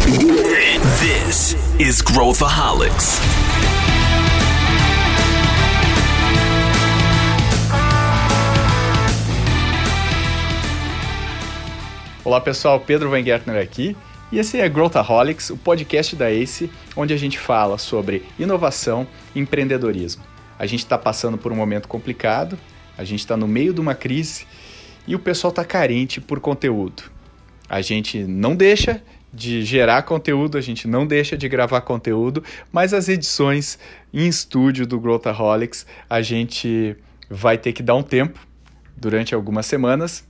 This is Growthaholics. Olá pessoal, Pedro Weingärtner aqui e esse é Growthaholics, o podcast da ACE, onde a gente fala sobre inovação e empreendedorismo. A gente está passando por um momento complicado, a gente está no meio de uma crise e o pessoal está carente por conteúdo. A gente não deixa de gerar conteúdo, a gente não deixa de gravar conteúdo, mas as edições em estúdio do Growthaholics a gente vai ter que dar um tempo durante algumas semanas.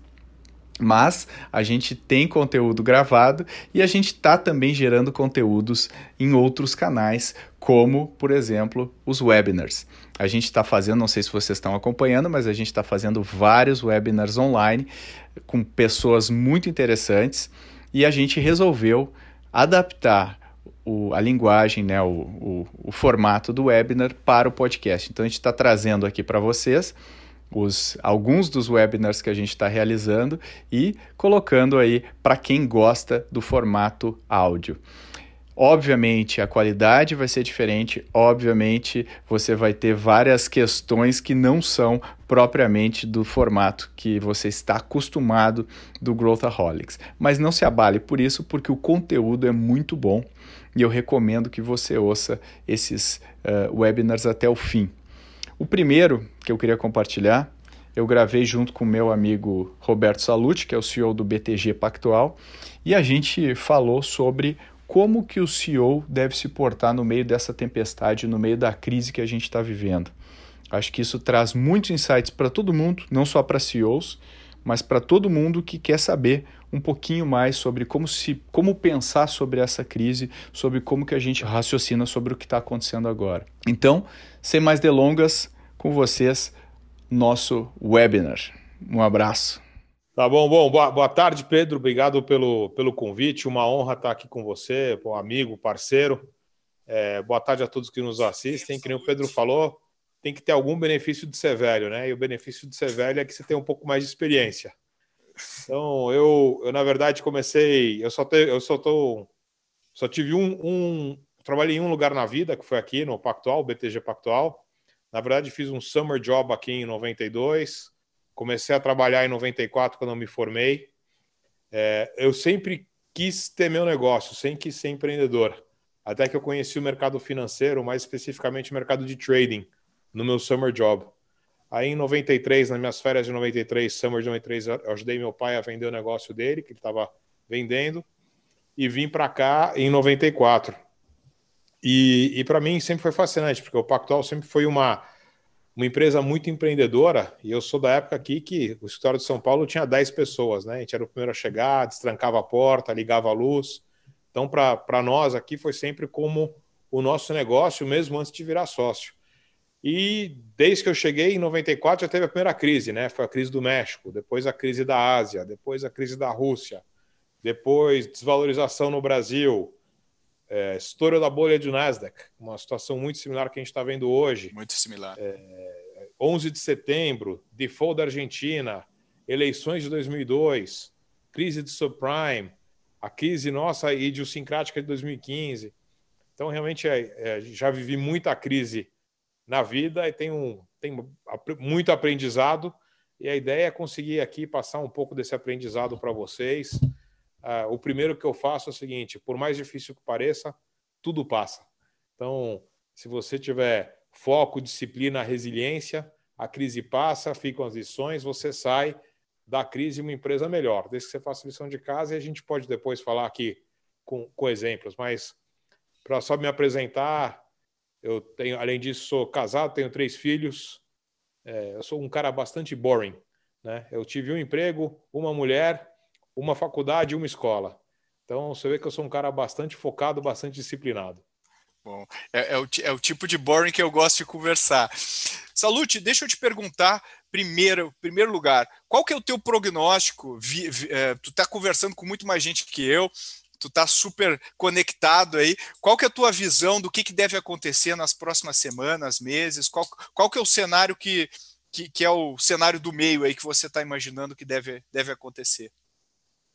Mas a gente tem conteúdo gravado e a gente está também gerando conteúdos em outros canais, como, por exemplo, os webinars. A gente está fazendo, não sei se vocês estão acompanhando, mas a gente está fazendo vários webinars online com pessoas muito interessantes e a gente resolveu adaptar a linguagem, né, o formato do webinar para o podcast. Então a gente está trazendo aqui para vocês alguns dos webinars que a gente está realizando e colocando aí para quem gosta do formato áudio. Obviamente a qualidade vai ser diferente, obviamente você vai ter várias questões que não são propriamente do formato que você está acostumado do Growthaholics. Mas não se abale por isso, porque o conteúdo é muito bom e eu recomendo que você ouça esses webinars até o fim. O primeiro que eu queria compartilhar, eu gravei junto com o meu amigo Roberto Salluti, que é o CEO do BTG Pactual, e a gente falou sobre como que o CEO deve se portar no meio dessa tempestade, no meio da crise que a gente está vivendo. Acho que isso traz muitos insights para todo mundo, não só para CEOs, mas para todo mundo que quer saber um pouquinho mais sobre como pensar sobre essa crise, sobre como que a gente raciocina sobre o que está acontecendo agora. Então, sem mais delongas, com vocês, nosso webinar. Um abraço. Tá bom. Boa tarde, Pedro. Obrigado pelo convite. Uma honra estar aqui com você, amigo, parceiro. Boa tarde a todos que nos assistem. Que nem o Pedro falou, tem que ter algum benefício de ser velho, né? E o benefício de ser velho é que você tem um pouco mais de experiência. Então, eu na verdade, comecei... Eu trabalhei em um lugar na vida, que foi aqui no Pactual, BTG Pactual. Na verdade, fiz um summer job aqui em 92. Comecei a trabalhar em 94, quando eu me formei. Eu sempre quis ter meu negócio, sempre quis ser empreendedor. Até que eu conheci o mercado financeiro, mais especificamente o mercado de trading, no meu summer job. Aí em 93, nas minhas férias de 93, summer de 93, eu ajudei meu pai a vender o negócio dele, que ele estava vendendo, e vim para cá em 94. E para mim sempre foi fascinante, porque o Pactual sempre foi uma empresa muito empreendedora, e eu sou da época aqui que o escritório de São Paulo tinha 10 pessoas, né? A gente era o primeiro a chegar, destrancava a porta, ligava a luz. Então, para nós aqui foi sempre como o nosso negócio, mesmo antes de virar sócio. E desde que eu cheguei, em 94, já teve a primeira crise, né? Foi a crise do México, depois a crise da Ásia, depois a crise da Rússia, depois desvalorização no Brasil, estouro da bolha de Nasdaq, uma situação muito similar ao que a gente está vendo hoje. Muito similar. 11 de setembro, default da Argentina, eleições de 2002, crise de subprime, a crise nossa idiosincrática de 2015. Então, realmente, já vivi muita crise na vida e tenho muito aprendizado, e a ideia é conseguir aqui passar um pouco desse aprendizado para vocês. O primeiro que eu faço é o seguinte: por mais difícil que pareça, tudo passa. Então, se você tiver foco, disciplina, resiliência, a crise passa, ficam as lições, você sai da crise uma empresa melhor, desde que você faça lição de casa, e a gente pode depois falar aqui com exemplos. Mas, para só me apresentar, eu tenho, além disso, sou casado, tenho 3 filhos, eu sou um cara bastante boring, né? Eu tive um emprego, uma mulher, uma faculdade e uma escola. Então, você vê que eu sou um cara bastante focado, bastante disciplinado. Bom, é o tipo de boring que eu gosto de conversar. Salluti, deixa eu te perguntar, primeiro lugar, qual que é o teu prognóstico? Tu está conversando com muito mais gente que eu, tu está super conectado aí. Qual que é a tua visão do que deve acontecer nas próximas semanas, meses? Qual que é o cenário que é o cenário do meio aí que você está imaginando que deve acontecer?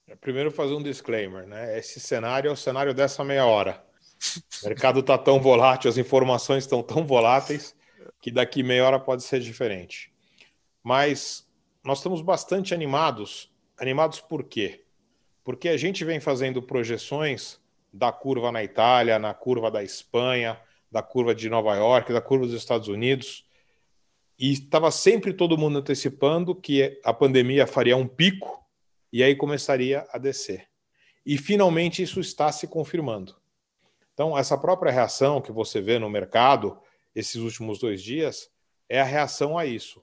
Primeiro fazer um disclaimer, né? Esse cenário é o cenário dessa meia hora. O mercado está tão volátil, as informações estão tão voláteis que daqui meia hora pode ser diferente. Mas nós estamos bastante animados. Animados por quê? Porque a gente vem fazendo projeções da curva na Itália, na curva da Espanha, da curva de Nova York, da curva dos Estados Unidos, e estava sempre todo mundo antecipando que a pandemia faria um pico e aí começaria a descer. E finalmente isso está se confirmando. Então, essa própria reação que você vê no mercado esses últimos 2 dias é a reação a isso.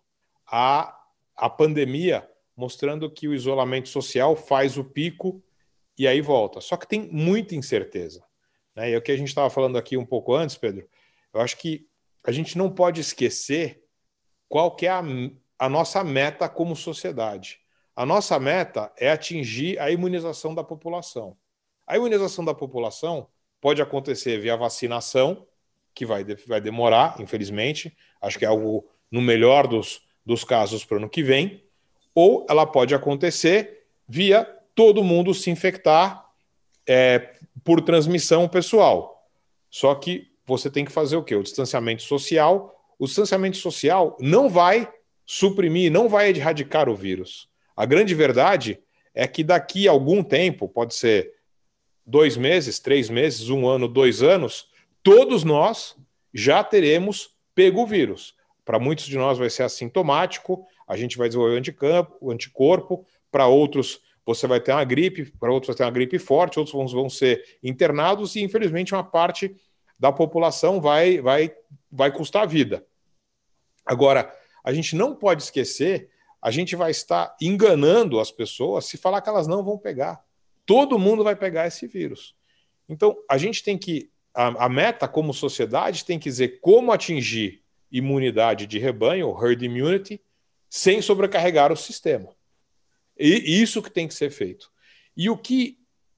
A pandemia mostrando que o isolamento social faz o pico e aí volta. Só que tem muita incerteza, né? E é o que a gente estava falando aqui um pouco antes, Pedro. Eu acho que a gente não pode esquecer qual que é a nossa meta como sociedade. A nossa meta é atingir a imunização da população. A imunização da população pode acontecer via vacinação, que vai demorar, infelizmente. Acho que é algo, no melhor dos casos, para o ano que vem. Ou ela pode acontecer via todo mundo se infectar por transmissão pessoal. Só que você tem que fazer o quê? O distanciamento social. O distanciamento social não vai suprimir, não vai erradicar o vírus. A grande verdade é que daqui a algum tempo, pode ser 2 meses, 3 meses, 1 ano, 2 anos, todos nós já teremos pego o vírus. Para muitos de nós vai ser assintomático, a gente vai desenvolver o anticorpo, para outros você vai ter uma gripe, para outros vai ter uma gripe forte, outros vão ser internados e, infelizmente, uma parte da população vai custar a vida. Agora, a gente não pode esquecer, a gente vai estar enganando as pessoas se falar que elas não vão pegar. Todo mundo vai pegar esse vírus. Então, a gente tem que, a meta como sociedade tem que dizer como atingir imunidade de rebanho, herd immunity, sem sobrecarregar o sistema. E isso que tem que ser feito. E o que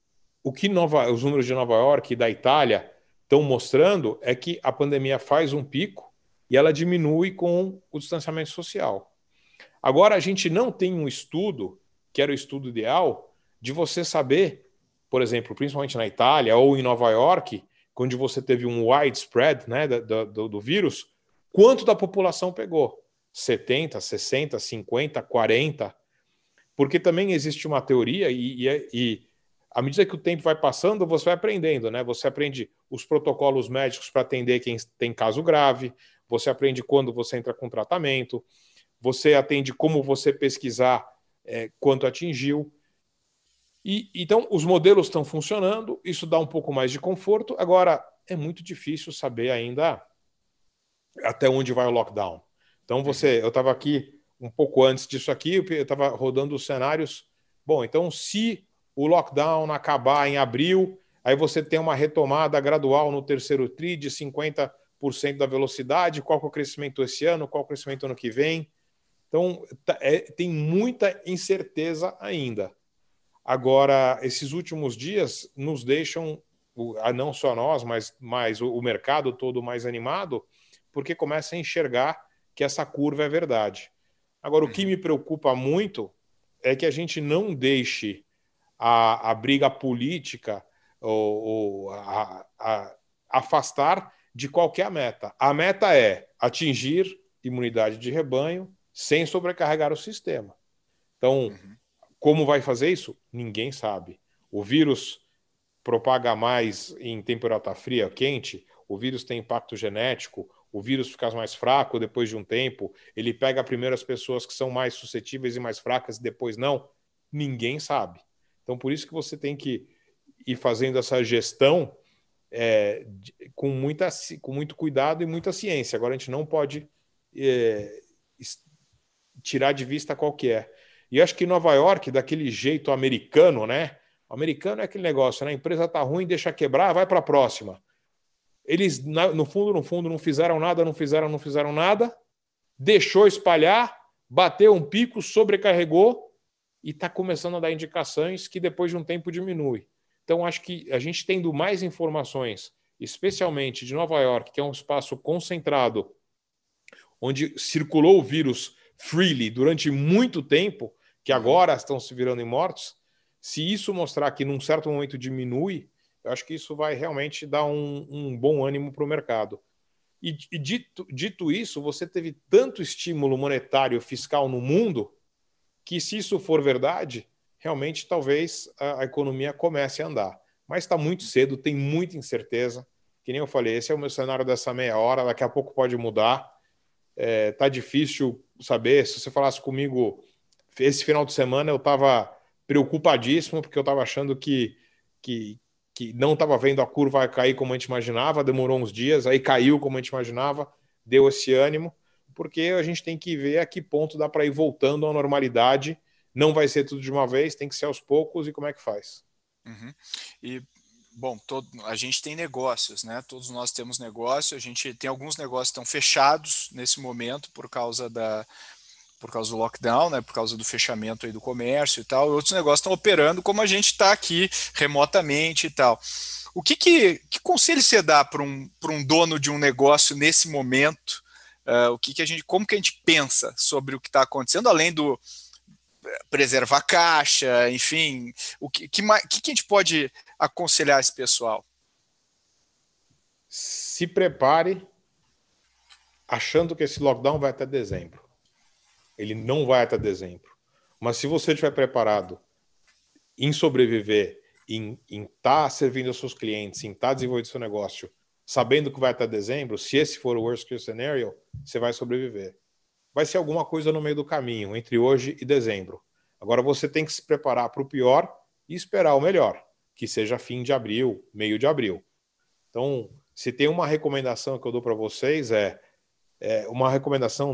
os números de Nova York e da Itália estão mostrando é que a pandemia faz um pico e ela diminui com o distanciamento social. Agora, a gente não tem um estudo, que era o estudo ideal, de você saber, por exemplo, principalmente na Itália ou em Nova York, onde você teve um widespread, né, do vírus, quanto da população pegou? 70, 60, 50, 40? Porque também existe uma teoria e à medida que o tempo vai passando, você vai aprendendo, né? Você aprende os protocolos médicos para atender quem tem caso grave, você aprende quando você entra com tratamento, você atende como você pesquisar quanto atingiu. Então, os modelos estão funcionando, isso dá um pouco mais de conforto. Agora, é muito difícil saber ainda até onde vai o lockdown. Então, eu estava aqui um pouco antes disso aqui, eu estava rodando os cenários. Bom, então, se o lockdown acabar em abril, aí você tem uma retomada gradual no terceiro TRI de 50% da velocidade, qual que é o crescimento esse ano, qual é o crescimento ano que vem. Então, tem muita incerteza ainda. Agora, esses últimos dias nos deixam, não só nós, mas o mercado todo mais animado, porque começa a enxergar que essa curva é verdade. Agora, o que me preocupa muito é que a gente não deixe a briga política ou afastar de qualquer meta. A meta é atingir imunidade de rebanho sem sobrecarregar o sistema. Então, como vai fazer isso? Ninguém sabe. O vírus propaga mais em temperatura fria ou quente, o vírus tem impacto genético, o vírus fica mais fraco depois de um tempo, ele pega primeiro as pessoas que são mais suscetíveis e mais fracas e depois não. Ninguém sabe. Então, por isso que você tem que ir fazendo essa gestão com muito cuidado e muita ciência. Agora, a gente não pode tirar de vista qual que é. E acho que Nova York, daquele jeito americano, né? O americano é aquele negócio, né? A empresa tá ruim, deixa quebrar, vai para a próxima. Eles, no fundo, não fizeram nada, deixou espalhar, bateu um pico, sobrecarregou e está começando a dar indicações que depois de um tempo diminui. Então, acho que a gente tendo mais informações, especialmente de Nova York, que é um espaço concentrado, onde circulou o vírus freely durante muito tempo, que agora estão se virando em mortos, Se isso mostrar que num certo momento diminui, eu acho que isso vai realmente dar um bom ânimo para o mercado. E dito isso, você teve tanto estímulo monetário fiscal no mundo que, se isso for verdade, realmente talvez a economia comece a andar. Mas está muito cedo, tem muita incerteza. Que nem eu falei, esse é o meu cenário dessa meia hora, daqui a pouco pode mudar. Tá difícil saber. Se você falasse comigo esse final de semana, eu estava preocupadíssimo, porque eu estava achando que não estava vendo a curva cair como a gente imaginava, demorou uns dias, aí caiu como a gente imaginava, deu esse ânimo, porque a gente tem que ver a que ponto dá para ir voltando à normalidade. Não vai ser tudo de uma vez, tem que ser aos poucos, e como é que faz? Uhum. E, bom, a gente tem negócios, né? Todos nós temos negócio, a gente tem alguns negócios que estão fechados nesse momento por causa do lockdown, né, por causa do fechamento aí do comércio e tal, e outros negócios estão operando como a gente está aqui remotamente e tal. O que conselho você dá para um dono de um negócio nesse momento? Como que a gente pensa sobre o que está acontecendo, além do preservar caixa, enfim, o que a gente pode aconselhar esse pessoal? Se prepare achando que esse lockdown vai até dezembro. Ele não vai até dezembro. Mas se você estiver preparado em sobreviver, em estar servindo aos seus clientes, em estar desenvolvendo seu negócio, sabendo que vai até dezembro, se esse for o worst case scenario, você vai sobreviver. Vai ser alguma coisa no meio do caminho, entre hoje e dezembro. Agora você tem que se preparar para o pior e esperar o melhor, que seja fim de abril, meio de abril. Então, se tem uma recomendação que eu dou para vocês uma recomendação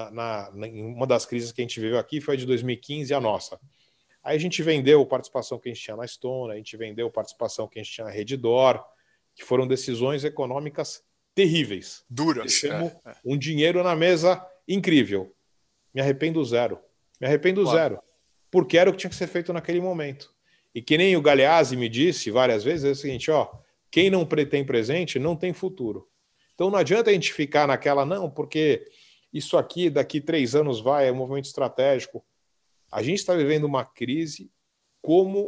em uma das crises que a gente viveu aqui foi de 2015, a nossa. Aí a gente vendeu participação que a gente tinha na Stone, a gente vendeu participação que a gente tinha na Redditor, que foram decisões econômicas terríveis. Duras. Deixamos um dinheiro na mesa incrível. Me arrependo zero. Zero. Porque era o que tinha que ser feito naquele momento. E que nem o Galeazzi me disse várias vezes, é o seguinte, quem não tem presente não tem futuro. Então não adianta a gente ficar naquela, não, porque isso aqui daqui 3 anos é um movimento estratégico. A gente está vivendo uma crise como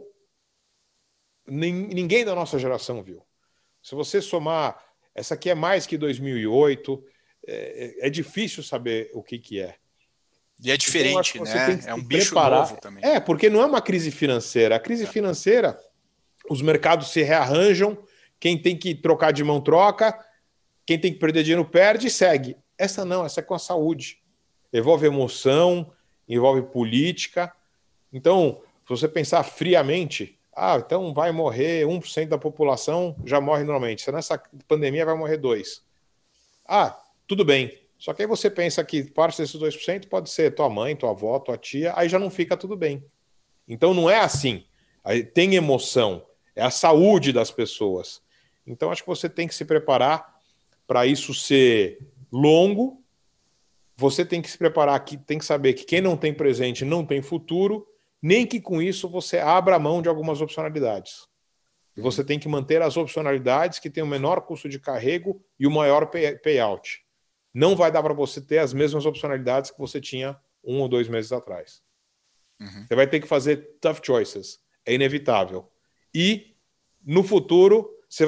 ninguém da nossa geração viu. Se você somar, essa aqui é mais que 2008, é difícil saber o que é. E é diferente, então, né? É um bicho novo também. Porque não é uma crise financeira. A crise financeira, os mercados se rearranjam, quem tem que trocar de mão troca, quem tem que perder dinheiro perde e segue. Essa não, essa é com a saúde. Envolve emoção, envolve política. Então, se você pensar friamente, então vai morrer 1% da população, já morre normalmente. Se nessa pandemia vai morrer 2%. Tudo bem. Só que aí você pensa que parte desses 2% pode ser tua mãe, tua avó, tua tia, aí já não fica tudo bem. Então não é assim. Aí tem emoção, é a saúde das pessoas. Então acho que você tem que se preparar para isso ser longo. Você tem que se preparar, tem que saber que quem não tem presente não tem futuro, nem que com isso você abra mão de algumas opcionalidades. E você tem que manter as opcionalidades que têm o menor custo de carrego e o maior payout. Não vai dar para você ter as mesmas opcionalidades que você tinha 1 ou 2 meses atrás. Você vai ter que fazer tough choices. É inevitável. E, no futuro, você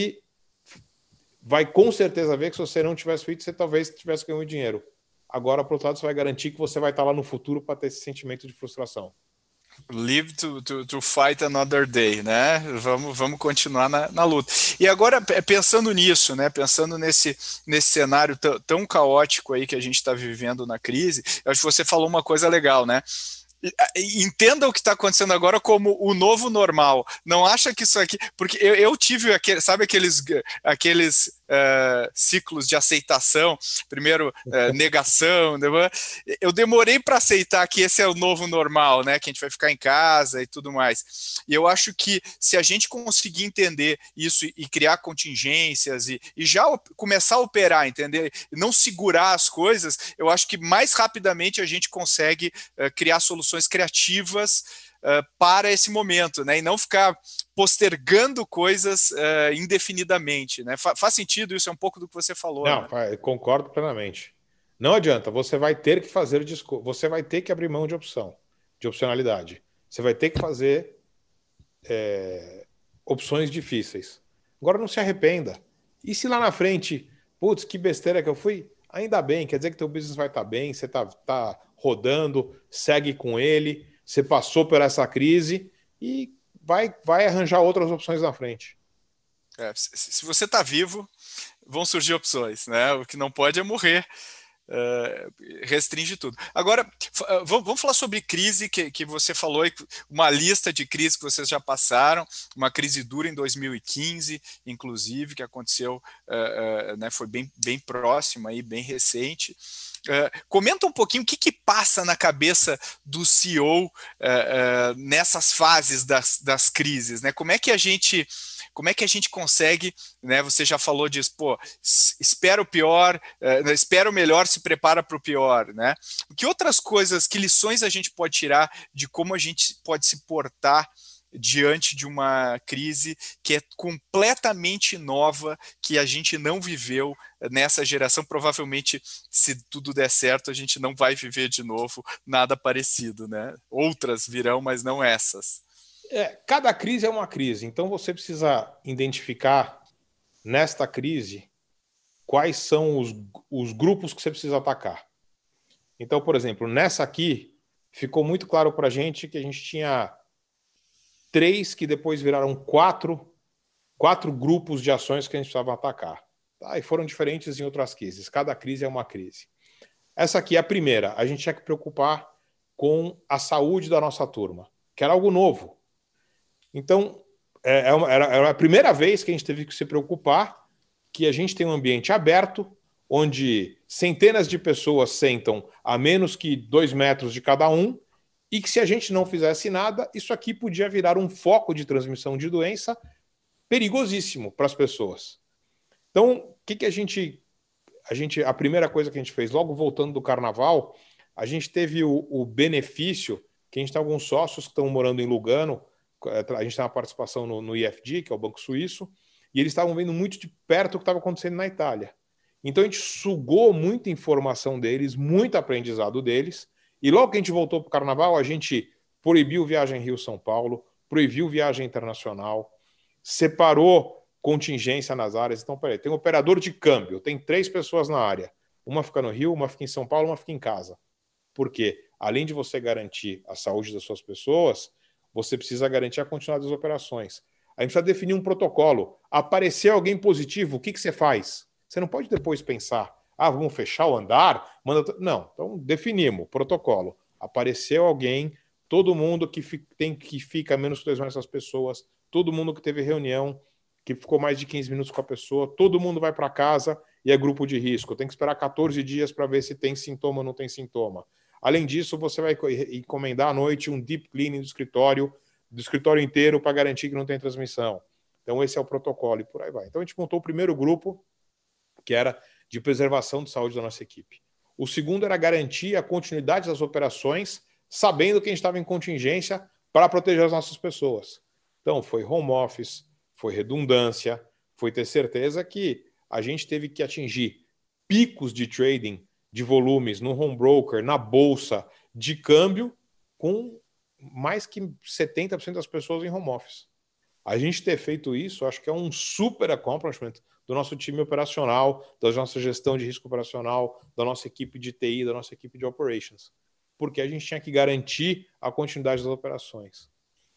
vai com certeza ver que se você não tivesse feito, você talvez tivesse ganhado dinheiro. Agora, por outro lado, você vai garantir que você vai estar lá no futuro para ter esse sentimento de frustração. Live to fight another day, né? Vamos continuar na luta. E agora, pensando nisso, né? Pensando nesse cenário tão caótico aí que a gente está vivendo na crise, eu acho que você falou uma coisa legal, né? Entenda o que está acontecendo agora como o novo normal. Não acha que isso aqui... Porque eu tive, aqueles ciclos de aceitação, primeiro negação, eu demorei para aceitar que esse é o novo normal, né? Que a gente vai ficar em casa e tudo mais. E eu acho que se a gente conseguir entender isso e criar contingências e já começar a operar, entender? Não segurar as coisas, eu acho que mais rapidamente a gente consegue criar soluções criativas para esse momento, né? E não ficar postergando coisas indefinidamente, né? Faz sentido isso? É um pouco do que você falou. Não, né? Concordo plenamente. Não adianta, você vai ter que abrir mão de opcionalidade. Você vai ter que fazer opções difíceis. Agora não se arrependa. E se lá na frente, putz, que besteira que eu fui, ainda bem, quer dizer que teu business vai estar bem, você tá rodando, segue com ele, você passou por essa crise e vai arranjar outras opções na frente. Se você está vivo, vão surgir opções, né? O que não pode é morrer. Restringe tudo. Agora, vamos falar sobre crise que você falou, uma lista de crises que vocês já passaram, uma crise dura em 2015, inclusive, que aconteceu, né, foi bem próxima, aí, bem recente. Comenta um pouquinho o que passa na cabeça do CEO nessas fases das crises, né? Como é que a gente consegue, né? Você já falou disso, espera o pior, espera o melhor, se prepara para o pior, né? Que outras coisas, que lições a gente pode tirar de como a gente pode se portar diante de uma crise que é completamente nova, que a gente não viveu nessa geração? Provavelmente, se tudo der certo, a gente não vai viver de novo nada parecido, né? Outras virão, mas não essas. Cada crise é uma crise, então você precisa identificar nesta crise quais são os grupos que você precisa atacar. Então, por exemplo, nessa aqui, ficou muito claro para a gente que a gente tinha 3 que depois viraram 4 grupos de ações que a gente precisava atacar. Tá? E foram diferentes em outras crises. Cada crise é uma crise. Essa aqui é a primeira. A gente tinha que preocupar com a saúde da nossa turma, que era algo novo. Então, era a primeira vez que a gente teve que se preocupar que a gente tem um ambiente aberto, onde centenas de pessoas sentam a menos que 2 metros de cada um, e que se a gente não fizesse nada, isso aqui podia virar um foco de transmissão de doença perigosíssimo para as pessoas. Então, o que a primeira coisa que a gente fez, logo voltando do carnaval, a gente teve o benefício que a gente tem alguns sócios que estão morando em Lugano, a gente tem uma participação no IFG, que é o Banco Suíço, e eles estavam vendo muito de perto o que estava acontecendo na Itália. Então a gente sugou muita informação deles, muito aprendizado deles, e logo que a gente voltou para o carnaval, a gente proibiu viagem Rio-São Paulo, proibiu viagem internacional, separou contingência nas áreas. Então, peraí, tem um operador de câmbio, tem 3 pessoas na área. Uma fica no Rio, uma fica em São Paulo, uma fica em casa. Por quê? Além de você garantir a saúde das suas pessoas, você precisa garantir a continuidade das operações. A gente precisa definir um protocolo. Aparecer alguém positivo, o que você faz? Você não pode depois pensar, vamos fechar o andar? Não, então definimos protocolo. Apareceu alguém, todo mundo que fica menos que 2 metros das pessoas, todo mundo que teve reunião, que ficou mais de 15 minutos com a pessoa, todo mundo vai para casa e é grupo de risco. Tem que esperar 14 dias para ver se tem sintoma ou não tem sintoma. Além disso, você vai encomendar à noite um deep cleaning do escritório inteiro para garantir que não tem transmissão. Então, esse é o protocolo e por aí vai. Então, a gente montou o primeiro grupo, que era de preservação de saúde da nossa equipe. O segundo era garantir a continuidade das operações, sabendo que a gente estava em contingência para proteger as nossas pessoas. Então, foi home office, foi redundância, foi ter certeza que a gente teve que atingir picos de trading de volumes no home broker, na bolsa de câmbio, com mais que 70% das pessoas em home office. A gente ter feito isso, acho que é um super accomplishment do nosso time operacional, da nossa gestão de risco operacional, da nossa equipe de TI, da nossa equipe de operations. Porque a gente tinha que garantir a continuidade das operações.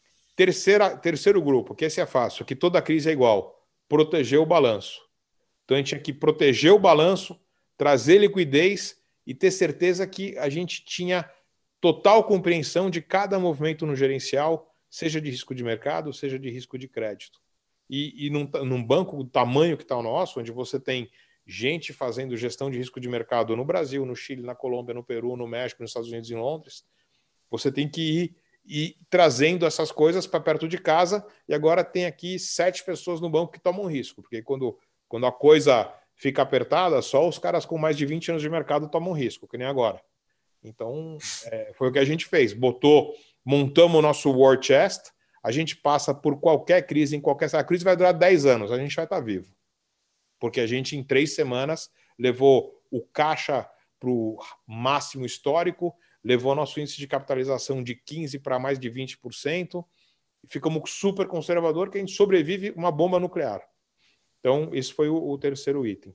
Terceiro grupo, que esse é fácil, que toda crise é igual, proteger o balanço. Então a gente tinha que proteger o balanço, trazer liquidez e ter certeza que a gente tinha total compreensão de cada movimento no gerencial, seja de risco de mercado, seja de risco de crédito. E num banco do tamanho que está o nosso, onde você tem gente fazendo gestão de risco de mercado no Brasil, no Chile, na Colômbia, no Peru, no México, nos Estados Unidos e em Londres, você tem que ir trazendo essas coisas para perto de casa, e agora tem aqui 7 pessoas no banco que tomam risco, porque quando a coisa fica apertada, só os caras com mais de 20 anos de mercado tomam risco, que nem agora. Então, foi o que a gente fez. Montamos o nosso war chest, a gente passa por qualquer crise, a crise vai durar 10 anos, a gente vai estar vivo. Porque a gente, em 3 semanas, levou o caixa para o máximo histórico, levou nosso índice de capitalização de 15% para mais de 20%, ficamos super conservador, que a gente sobrevive uma bomba nuclear. Então, esse foi o terceiro item.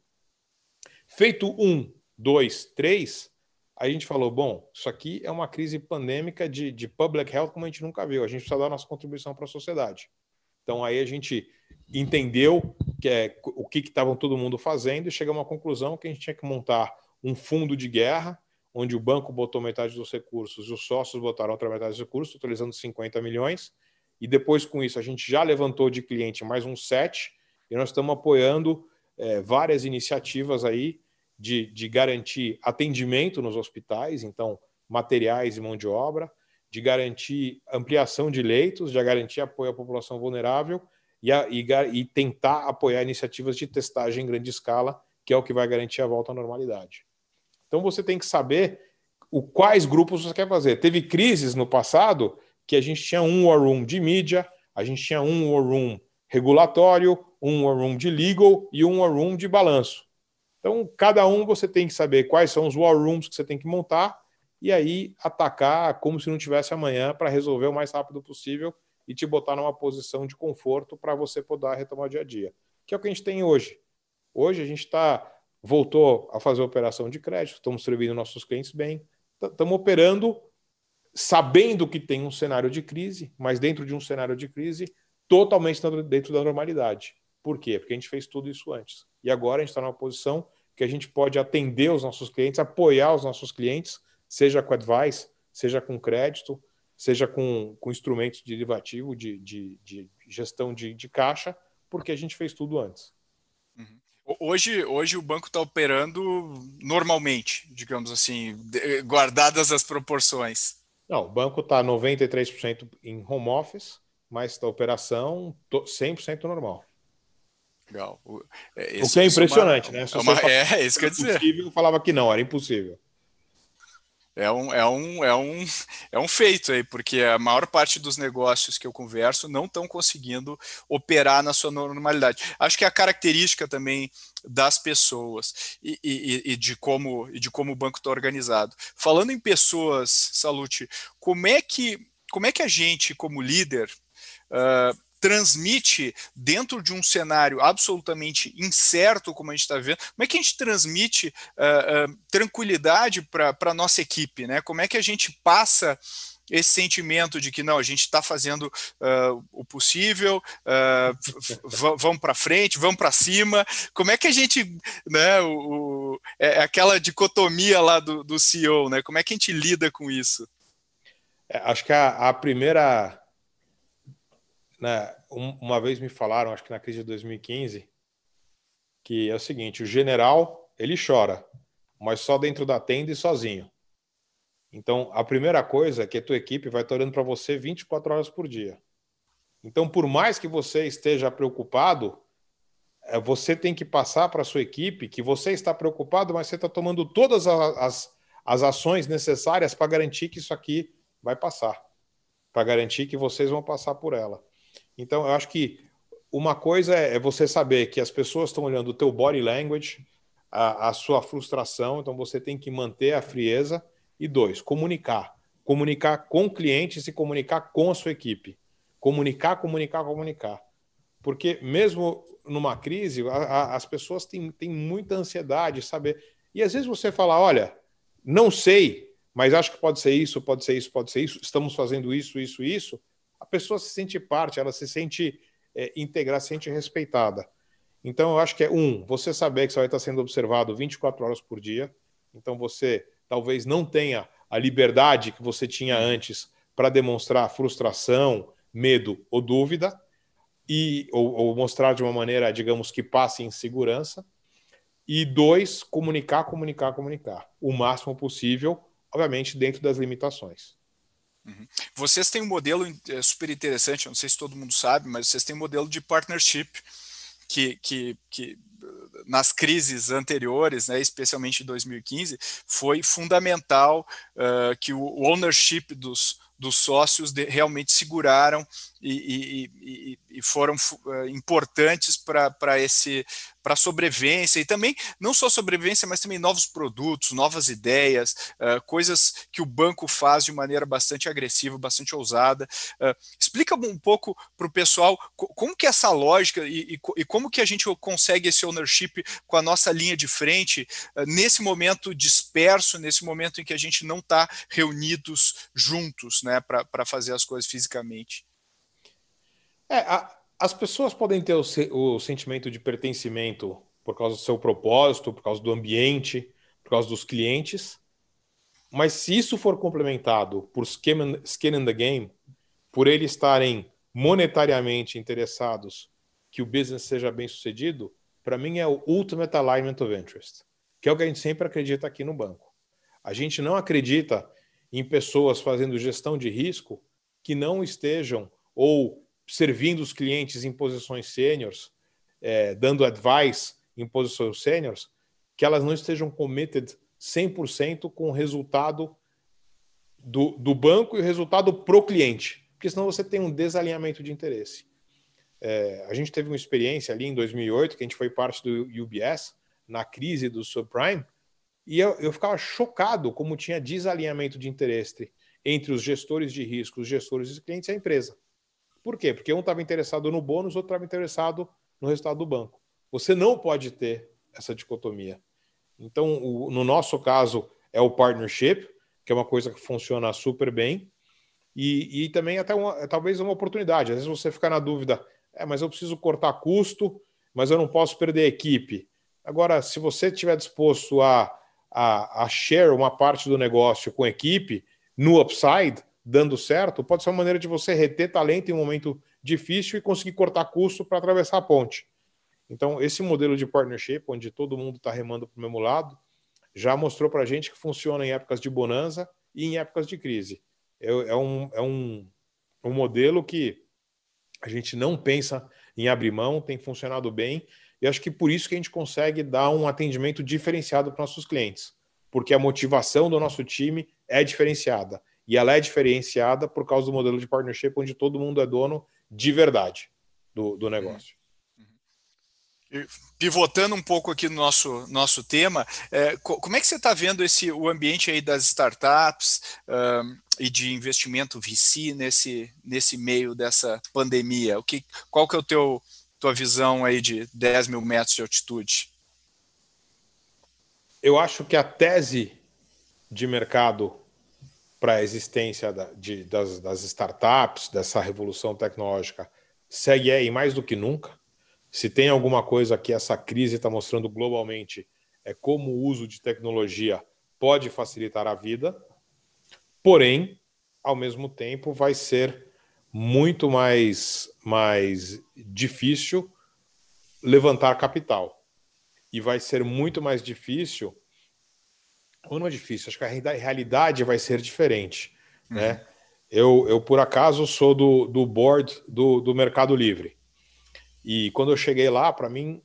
Feito 1, 2, 3, a gente falou, bom, isso aqui é uma crise pandêmica de public health como a gente nunca viu. A gente precisa dar a nossa contribuição para a sociedade. Então, aí a gente entendeu o que estavam todo mundo fazendo e chegamos à conclusão que a gente tinha que montar um fundo de guerra, onde o banco botou metade dos recursos e os sócios botaram outra metade dos recursos, totalizando 50 milhões. E depois, com isso, a gente já levantou de cliente mais uns 7 e nós estamos apoiando várias iniciativas aí de garantir atendimento nos hospitais, então materiais e mão de obra, de garantir ampliação de leitos, de garantir apoio à população vulnerável e tentar apoiar iniciativas de testagem em grande escala, que é o que vai garantir a volta à normalidade. Então você tem que saber quais grupos você quer fazer. Teve crises no passado que a gente tinha um war room de mídia, a gente tinha um war room regulatório, um war room de legal e um war room de balanço. Então, cada um você tem que saber quais são os war rooms que você tem que montar e aí atacar como se não tivesse amanhã para resolver o mais rápido possível e te botar numa posição de conforto para você poder retomar o dia a dia. Que é o que a gente tem hoje. Hoje a gente voltou a fazer operação de crédito, estamos servindo nossos clientes bem, estamos operando sabendo que tem um cenário de crise, mas dentro de um cenário de crise totalmente dentro da normalidade. Por quê? Porque a gente fez tudo isso antes. E agora a gente está numa posição que a gente pode atender os nossos clientes, apoiar os nossos clientes, seja com advice, seja com crédito, seja com instrumentos de derivativo, de gestão de caixa, porque a gente fez tudo antes. Uhum. Hoje o banco está operando normalmente, digamos assim, guardadas as proporções. Não, o banco está 93% em home office, mas a operação 100% normal. Legal. O que é impressionante, né? Se isso que eu ia dizer. Possível, eu falava que não, era impossível. É um feito aí, porque a maior parte dos negócios que eu converso não estão conseguindo operar na sua normalidade. Acho que é a característica também das pessoas e de como o banco está organizado. Falando em pessoas, Sallouti, como é que a gente, como líder, transmite dentro de um cenário absolutamente incerto, como a gente está vendo, como é que a gente transmite tranquilidade para a nossa equipe, né? Como é que a gente passa esse sentimento de que não, a gente está fazendo o possível, vamos para frente, vamos para cima. Como é que a gente, né, aquela dicotomia lá do CEO, né? Como é que a gente lida com isso? Acho que a primeira... Uma vez me falaram, acho que na crise de 2015, que é o seguinte, o general, ele chora, mas só dentro da tenda e sozinho. Então, a primeira coisa é que a tua equipe vai estar olhando para você 24 horas por dia. Então, por mais que você esteja preocupado, você tem que passar para a sua equipe que você está preocupado, mas você está tomando todas as ações necessárias para garantir que isso aqui vai passar, para garantir que vocês vão passar por ela. Então, eu acho que uma coisa é você saber que as pessoas estão olhando o teu body language, a sua frustração, então você tem que manter a frieza. E 2, comunicar. Comunicar com clientes e comunicar com a sua equipe. Comunicar. Porque mesmo numa crise, as pessoas têm muita ansiedade de saber. E às vezes você fala, olha, não sei, mas acho que pode ser isso, estamos fazendo isso. A pessoa se sente parte, ela se sente integrada, se sente respeitada. Então, eu acho que você saber que você vai estar sendo observado 24 horas por dia. Então, você talvez não tenha a liberdade que você tinha antes para demonstrar frustração, medo ou dúvida, ou mostrar de uma maneira, digamos, que passe em segurança. E 2, comunicar. O máximo possível, obviamente, dentro das limitações. Uhum. Vocês têm um modelo super interessante, não sei se todo mundo sabe, mas vocês têm um modelo de partnership que nas crises anteriores, né, especialmente em 2015, foi fundamental que o ownership dos sócios realmente seguraram e foram importantes para para sobrevivência e também, não só sobrevivência, mas também novos produtos, novas ideias, coisas que o banco faz de maneira bastante agressiva, bastante ousada. Explica um pouco para o pessoal como que é essa lógica e como que a gente consegue esse ownership com a nossa linha de frente nesse momento disperso, nesse momento em que a gente não está reunidos juntos, né, para fazer as coisas fisicamente. As pessoas podem ter o sentimento de pertencimento por causa do seu propósito, por causa do ambiente, por causa dos clientes, mas se isso for complementado por skin in the game, por eles estarem monetariamente interessados que o business seja bem sucedido, para mim é o ultimate alignment of interest, que é o que a gente sempre acredita aqui no banco. A gente não acredita em pessoas fazendo gestão de risco que não estejam ou servindo os clientes em posições sêniores, dando advice em posições sêniores, que elas não estejam committed 100% com o resultado do banco e o resultado pro cliente, porque senão você tem um desalinhamento de interesse. A gente teve uma experiência ali em 2008, que a gente foi parte do UBS, na crise do subprime, e eu ficava chocado como tinha desalinhamento de interesse entre os gestores de risco, os gestores de clientes e a empresa. Por quê? Porque um estava interessado no bônus, outro estava interessado no resultado do banco. Você não pode ter essa dicotomia. Então, no nosso caso, é o partnership, que é uma coisa que funciona super bem, e também até talvez uma oportunidade. Às vezes você fica na dúvida, mas eu preciso cortar custo, mas eu não posso perder a equipe. Agora, se você estiver disposto a share uma parte do negócio com a equipe, no upside, dando certo, pode ser uma maneira de você reter talento em um momento difícil e conseguir cortar custo para atravessar a ponte. Então, esse modelo de partnership, onde todo mundo está remando para o mesmo lado, já mostrou para a gente que funciona em épocas de bonança e em épocas de crise. É um modelo que a gente não pensa em abrir mão, tem funcionado bem, e acho que por isso que a gente consegue dar um atendimento diferenciado para nossos clientes, porque a motivação do nosso time é diferenciada. E ela é diferenciada por causa do modelo de partnership, onde todo mundo é dono de verdade do negócio. Pivotando um pouco aqui no nosso tema, como é que você está vendo o ambiente aí das startups e de investimento VC nesse meio dessa pandemia? Qual que é tua visão aí de 10 mil metros de altitude? Eu acho que a tese de mercado para a existência das startups, dessa revolução tecnológica, segue aí mais do que nunca. Se tem alguma coisa que essa crise está mostrando globalmente, é como o uso de tecnologia pode facilitar a vida, porém, ao mesmo tempo, vai ser muito mais difícil levantar capital. E vai ser muito mais difícil, ou não é difícil, acho que a realidade vai ser diferente. Né? Eu, por acaso, sou do board do Mercado Livre. E quando eu cheguei lá, para mim,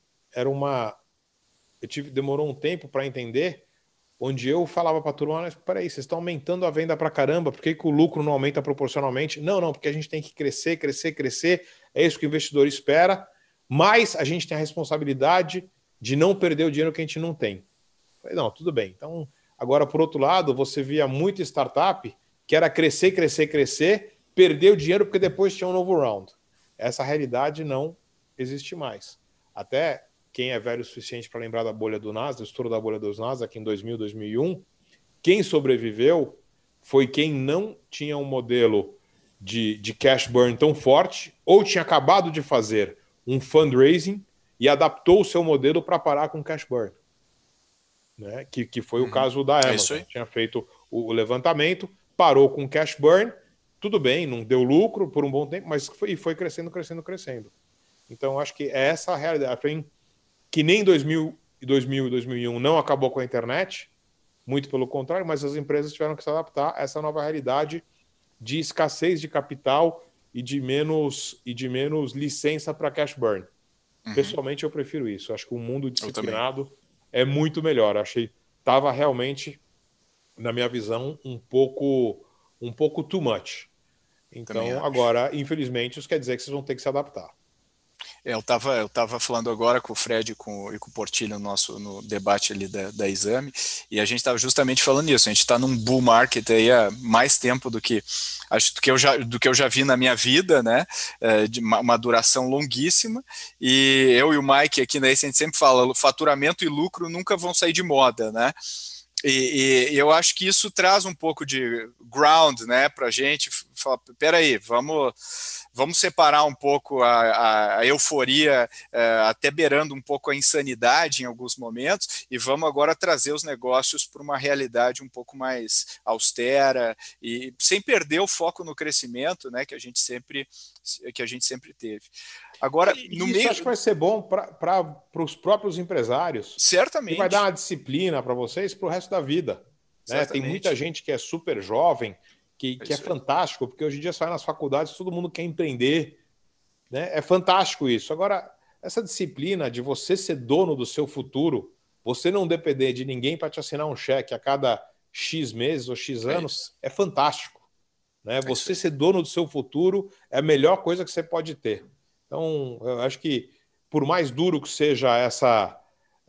demorou um tempo para entender, onde eu falava para a turma, mas peraí, vocês estão aumentando a venda para caramba, por que o lucro não aumenta proporcionalmente? Não, porque a gente tem que crescer, é isso que o investidor espera, mas a gente tem a responsabilidade de não perder o dinheiro que a gente não tem. Eu falei, não, tudo bem. Então, agora, por outro lado, você via muita startup que era crescer, perder o dinheiro porque depois tinha um novo round. Essa realidade não existe mais. Até quem é velho o suficiente para lembrar da bolha do Nasdaq, do estouro da bolha dos Nasdaq em 2000, 2001, quem sobreviveu foi quem não tinha um modelo de cash burn tão forte ou tinha acabado de fazer um fundraising e adaptou o seu modelo para parar com cash burn. Né? Que foi o caso da Amazon. Tinha feito o levantamento, parou com cash burn, tudo bem, não deu lucro por um bom tempo, mas foi crescendo. Então, acho que é essa a realidade. Que nem 2000 e 2001 não acabou com a internet, muito pelo contrário, mas as empresas tiveram que se adaptar a essa nova realidade de escassez de capital e de menos licença para cash burn. Pessoalmente, eu prefiro isso. Acho que o mundo disciplinado é muito melhor. Estava realmente, na minha visão, um pouco too much. Então, agora, infelizmente, isso quer dizer que vocês vão ter que se adaptar. Eu tava falando agora com o Fred e com o Portilho no debate ali da Exame, e a gente estava justamente falando isso. A gente está num bull market aí há mais tempo do que eu já vi na minha vida, né? De uma duração longuíssima. E eu e o Mike aqui na Ace, a gente sempre fala, faturamento e lucro nunca vão sair de moda, né? E eu acho que isso traz um pouco de ground, né, para a gente falar, peraí, vamos separar um pouco a euforia, até beirando um pouco a insanidade em alguns momentos, e vamos agora trazer os negócios para uma realidade um pouco mais austera, e sem perder o foco no crescimento, né, que a gente sempre teve. Agora, no meio, acho que vai ser bom para os próprios empresários. Certamente. E vai dar uma disciplina para vocês para o resto da vida. Né? Tem muita gente que é super jovem, que é fantástico, porque hoje em dia sai nas faculdades, todo mundo quer empreender. Né? É fantástico isso. Agora, essa disciplina de você ser dono do seu futuro, você não depender de ninguém para te assinar um cheque a cada X meses ou X anos, é fantástico. Né? Você ser dono do seu futuro é a melhor coisa que você pode ter. Então, eu acho que, por mais duro que seja essa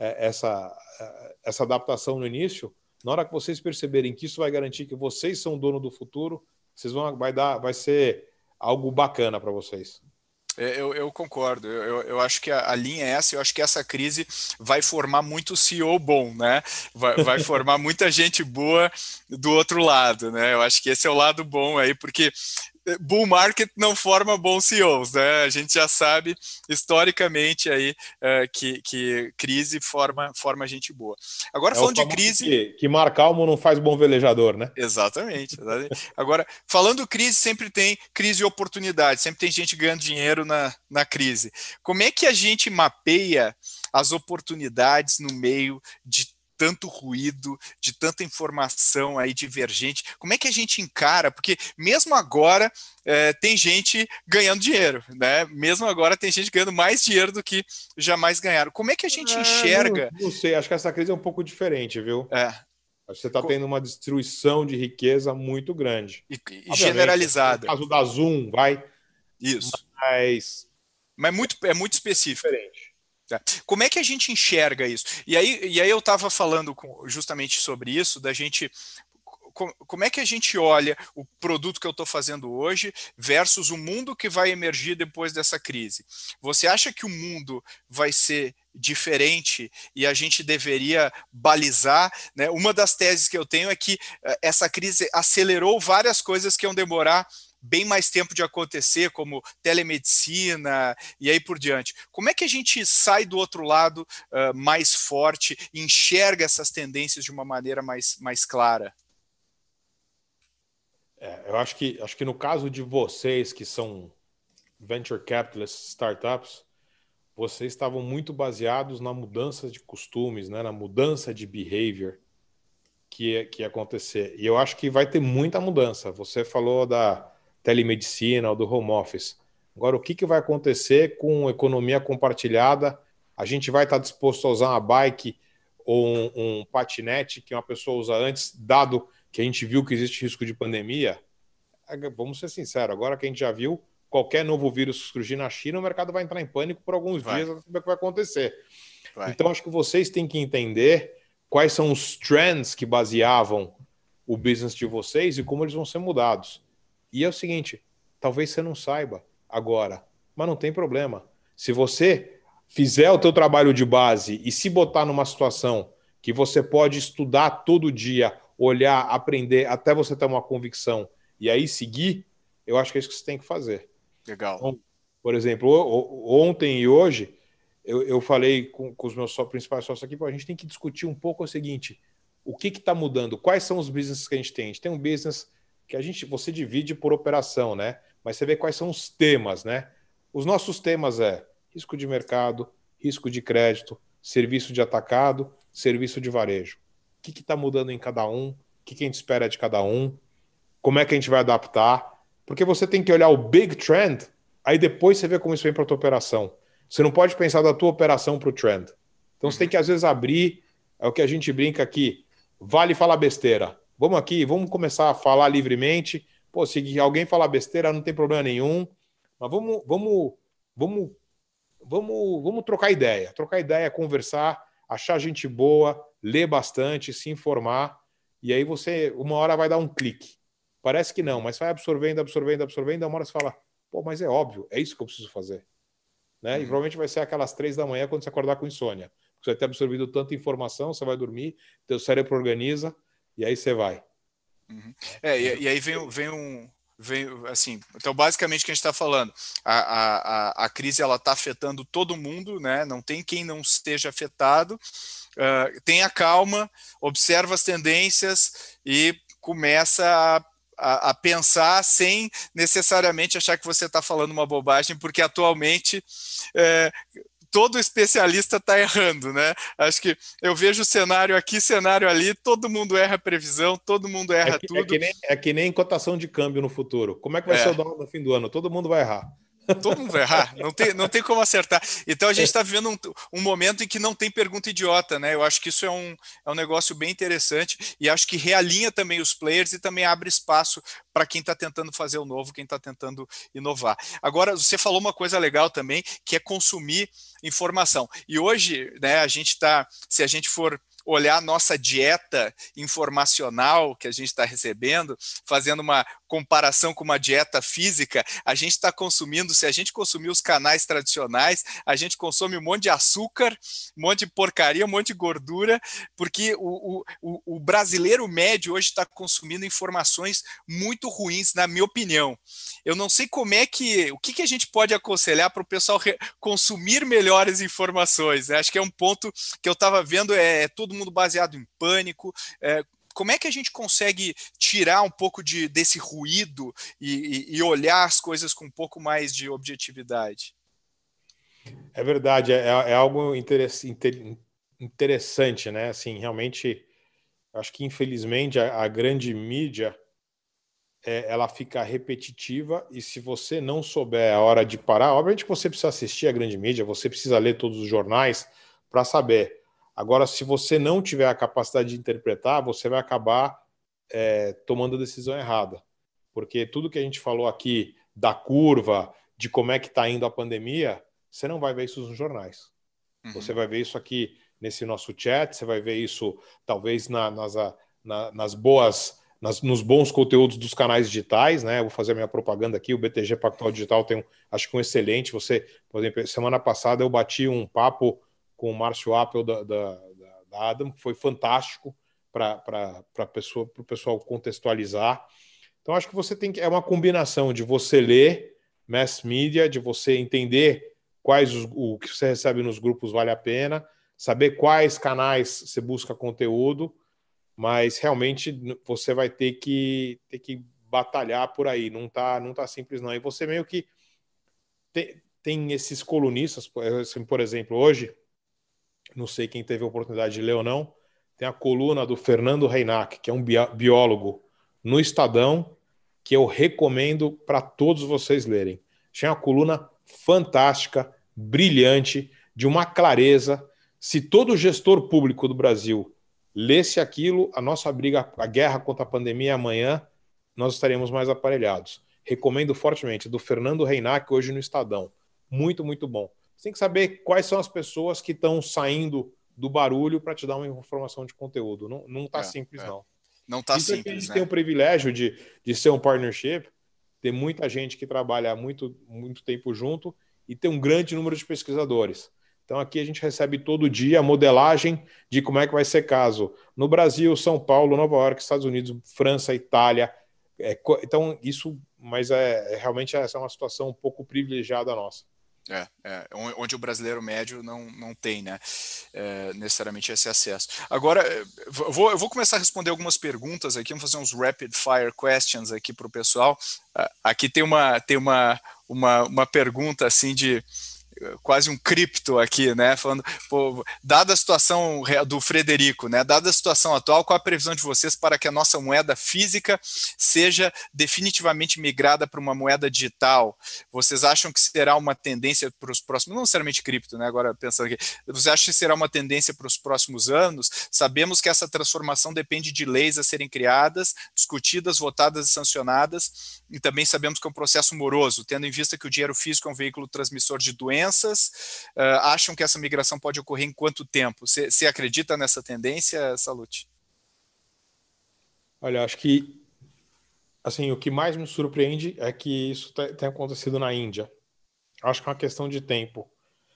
adaptação no início, na hora que vocês perceberem que isso vai garantir que vocês são o dono do futuro, vai ser algo bacana para vocês. Eu concordo, eu acho que a linha é essa, eu acho que essa crise vai formar muito CEO bom, né? Vai formar muita gente boa do outro lado, né? Eu acho que esse é o lado bom aí, porque bull market não forma bons CEOs, né? A gente já sabe historicamente aí que crise forma gente boa. Agora, falando de crise, que mar calmo não faz bom velejador, né? Exatamente. Agora, falando crise, sempre tem crise e oportunidade, sempre tem gente ganhando dinheiro na crise. Como é que a gente mapeia as oportunidades no meio de tanto ruído, de tanta informação aí divergente? Como é que a gente encara? Porque mesmo agora tem gente ganhando dinheiro, né? Mesmo agora tem gente ganhando mais dinheiro do que jamais ganharam. Como é que a gente enxerga? Não sei, acho que essa crise é um pouco diferente, viu? Você está tendo uma destruição de riqueza muito grande. E generalizada. No caso da Zoom, vai. Isso. Mas é muito específico. Diferente. Como é que a gente enxerga isso? E aí eu estava falando justamente sobre isso, da gente. Como é que a gente olha o produto que eu estou fazendo hoje versus o mundo que vai emergir depois dessa crise? Você acha que o mundo vai ser diferente e a gente deveria balizar, né? Uma das teses que eu tenho é que essa crise acelerou várias coisas que iam demorar bem mais tempo de acontecer, como telemedicina e aí por diante. Como é que a gente sai do outro lado mais forte e enxerga essas tendências de uma maneira mais clara? Eu acho que no caso de vocês que são venture capitalists, startups, vocês estavam muito baseados na mudança de costumes, né? Na mudança de behavior que ia acontecer. E eu acho que vai ter muita mudança. Você falou da telemedicina ou do home office. Agora, o que vai acontecer com economia compartilhada? A gente vai estar disposto a usar uma bike ou um patinete que uma pessoa usa antes, dado que a gente viu que existe risco de pandemia? Vamos ser sinceros, agora que a gente já viu qualquer novo vírus surgir na China, o mercado vai entrar em pânico por alguns dias para saber o que vai acontecer. Então, acho que vocês têm que entender quais são os trends que baseavam o business de vocês e como eles vão ser mudados. E é o seguinte, talvez você não saiba agora, mas não tem problema. Se você fizer o teu trabalho de base e se botar numa situação que você pode estudar todo dia, olhar, aprender, até você ter uma convicção e aí seguir, eu acho que é isso que você tem que fazer. Legal. Então, por exemplo, ontem e hoje, eu falei com os meus principais sócios aqui, a gente tem que discutir um pouco o seguinte, o que está mudando? Quais são os businesses que a gente tem? A gente tem um business que você divide por operação, né? Mas você vê quais são os temas, né? Os nossos temas risco de mercado, risco de crédito, serviço de atacado, serviço de varejo. O que está mudando em cada um? O que a gente espera de cada um? Como é que a gente vai adaptar? Porque você tem que olhar o big trend, aí depois você vê como isso vem para a tua operação. Você não pode pensar da tua operação para o trend. Então você tem que, às vezes, abrir, é o que a gente brinca aqui, vale falar besteira. Vamos aqui, vamos começar a falar livremente. Pô, se alguém falar besteira, não tem problema nenhum. Mas vamos vamos trocar ideia, conversar, achar gente boa, ler bastante, se informar, e aí você, uma hora vai dar um clique. Parece que não, mas vai absorvendo, uma hora você fala, pô, mas é óbvio, é isso que eu preciso fazer. Né? E provavelmente vai ser aquelas 3 da manhã quando você acordar com insônia. Você vai ter absorvido tanta informação, você vai dormir, teu cérebro organiza, e aí você vai. E aí assim, então basicamente o que a gente está falando, a crise ela está afetando todo mundo, né? Não tem quem não esteja afetado. Tenha calma, observa as tendências e começa a pensar sem necessariamente achar que você está falando uma bobagem, porque atualmente todo especialista está errando, né? Acho que eu vejo cenário aqui, cenário ali, todo mundo erra a previsão, todo mundo erra tudo. É que nem cotação de câmbio no futuro. Como é que vai ser o dólar no fim do ano? Todo mundo vai errar. Todo mundo vai errar, não tem como acertar. Então a gente está vivendo um momento em que não tem pergunta idiota, né? Eu acho que isso é um negócio bem interessante e acho que realinha também os players e também abre espaço para quem está tentando fazer o novo, quem está tentando inovar. Agora, você falou uma coisa legal também, que é consumir informação. E hoje, né, se a gente for olhar a nossa dieta informacional que a gente está recebendo, fazendo uma comparação com uma dieta física, a gente está consumindo, se a gente consumir os canais tradicionais, a gente consome um monte de açúcar, um monte de porcaria, um monte de gordura, porque o brasileiro médio hoje está consumindo informações muito ruins, na minha opinião. Eu não sei o que a gente pode aconselhar para o pessoal consumir melhores informações, né? Acho que é um ponto que eu estava vendo, todo mundo baseado em pânico. Como é que a gente consegue tirar um pouco desse ruído e olhar as coisas com um pouco mais de objetividade? É verdade, é algo interessante, né? Assim, realmente, acho que infelizmente a grande mídia ela fica repetitiva e se você não souber a hora de parar, obviamente que você precisa assistir a grande mídia, você precisa ler todos os jornais para saber. Agora, se você não tiver a capacidade de interpretar, você vai acabar tomando a decisão errada. Porque tudo que a gente falou aqui da curva, de como é que está indo a pandemia, você não vai ver isso nos jornais. Uhum. Você vai ver isso aqui nesse nosso chat, você vai ver isso talvez nos bons conteúdos dos canais digitais, né? Eu vou fazer a minha propaganda aqui, o BTG Pactual Digital tem, acho que um excelente, por exemplo, semana passada eu bati um papo com o Márcio Appel da Adam, que foi fantástico para o pessoal contextualizar. Então, acho que você é uma combinação de você ler mass media, de você entender o que você recebe nos grupos vale a pena, saber quais canais você busca conteúdo, mas realmente você vai ter que batalhar por aí, não tá simples não. E você meio que tem esses colunistas, por exemplo, hoje, não sei quem teve a oportunidade de ler ou não, tem a coluna do Fernando Reinach, que é um biólogo, no Estadão, que eu recomendo para todos vocês lerem. Achei uma coluna fantástica, brilhante, de uma clareza. Se todo gestor público do Brasil lesse aquilo, a nossa briga, a guerra contra a pandemia amanhã, nós estaremos mais aparelhados. Recomendo fortemente, do Fernando Reinach, hoje no Estadão. Muito, muito bom. Você tem que saber quais são as pessoas que estão saindo do barulho para te dar uma informação de conteúdo. Não está simples, não. Não está simples, a gente tem o privilégio de ser um partnership, ter muita gente que trabalha há muito, muito tempo junto e ter um grande número de pesquisadores. Então aqui a gente recebe todo dia a modelagem de como é que vai ser caso no Brasil, São Paulo, Nova York, Estados Unidos, França, Itália. Então isso, mas realmente essa é uma situação um pouco privilegiada nossa. Onde o brasileiro médio não tem, né, necessariamente esse acesso. Agora, eu vou começar a responder algumas perguntas aqui, vamos fazer uns rapid fire questions aqui para o pessoal. Aqui tem uma pergunta assim de quase um cripto aqui, né? Falando, dada a situação do Frederico, né? Dada a situação atual, qual a previsão de vocês para que a nossa moeda física seja definitivamente migrada para uma moeda digital? Vocês acham que será uma tendência para os próximos, não necessariamente cripto, né? Agora pensando aqui, você acha que será uma tendência para os próximos anos? Sabemos que essa transformação depende de leis a serem criadas, discutidas, votadas e sancionadas, e também sabemos que é um processo moroso, tendo em vista que o dinheiro físico é um veículo transmissor de doenças, doenças, acham que essa migração pode ocorrer em quanto tempo? Você acredita nessa tendência, Salute? Olha, acho que assim, o que mais me surpreende é que isso tem acontecido na Índia. Acho que é uma questão de tempo.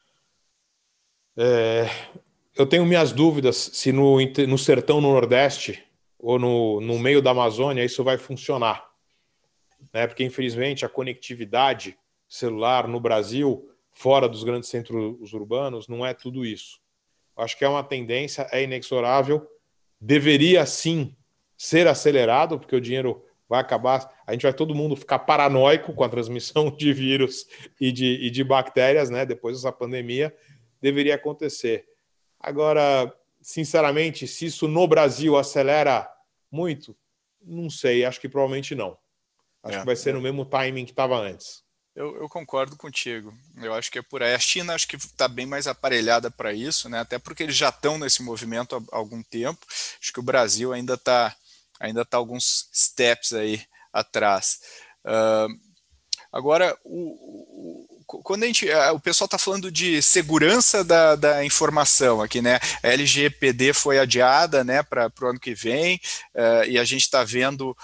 Eu tenho minhas dúvidas se no sertão, no Nordeste, ou no meio da Amazônia, isso vai funcionar. Né? Porque, infelizmente, a conectividade celular no Brasil, fora dos grandes centros urbanos, não é tudo isso. Acho que é uma tendência, é inexorável, deveria sim ser acelerado, porque o dinheiro vai acabar, a gente vai todo mundo ficar paranoico com a transmissão de vírus e de bactérias, né? Depois dessa pandemia, deveria acontecer. Agora, sinceramente, se isso no Brasil acelera muito, não sei, acho que provavelmente não. Acho que vai ser no mesmo timing que estava antes. Eu concordo contigo. Eu acho que é por aí. A China acho que está bem mais aparelhada para isso, né? Até porque eles já estão nesse movimento há algum tempo. Acho que o Brasil ainda tá alguns steps aí atrás. Agora, quando o pessoal está falando de segurança da informação aqui, né? A LGPD foi adiada, né, para o ano que vem, e a gente está vendo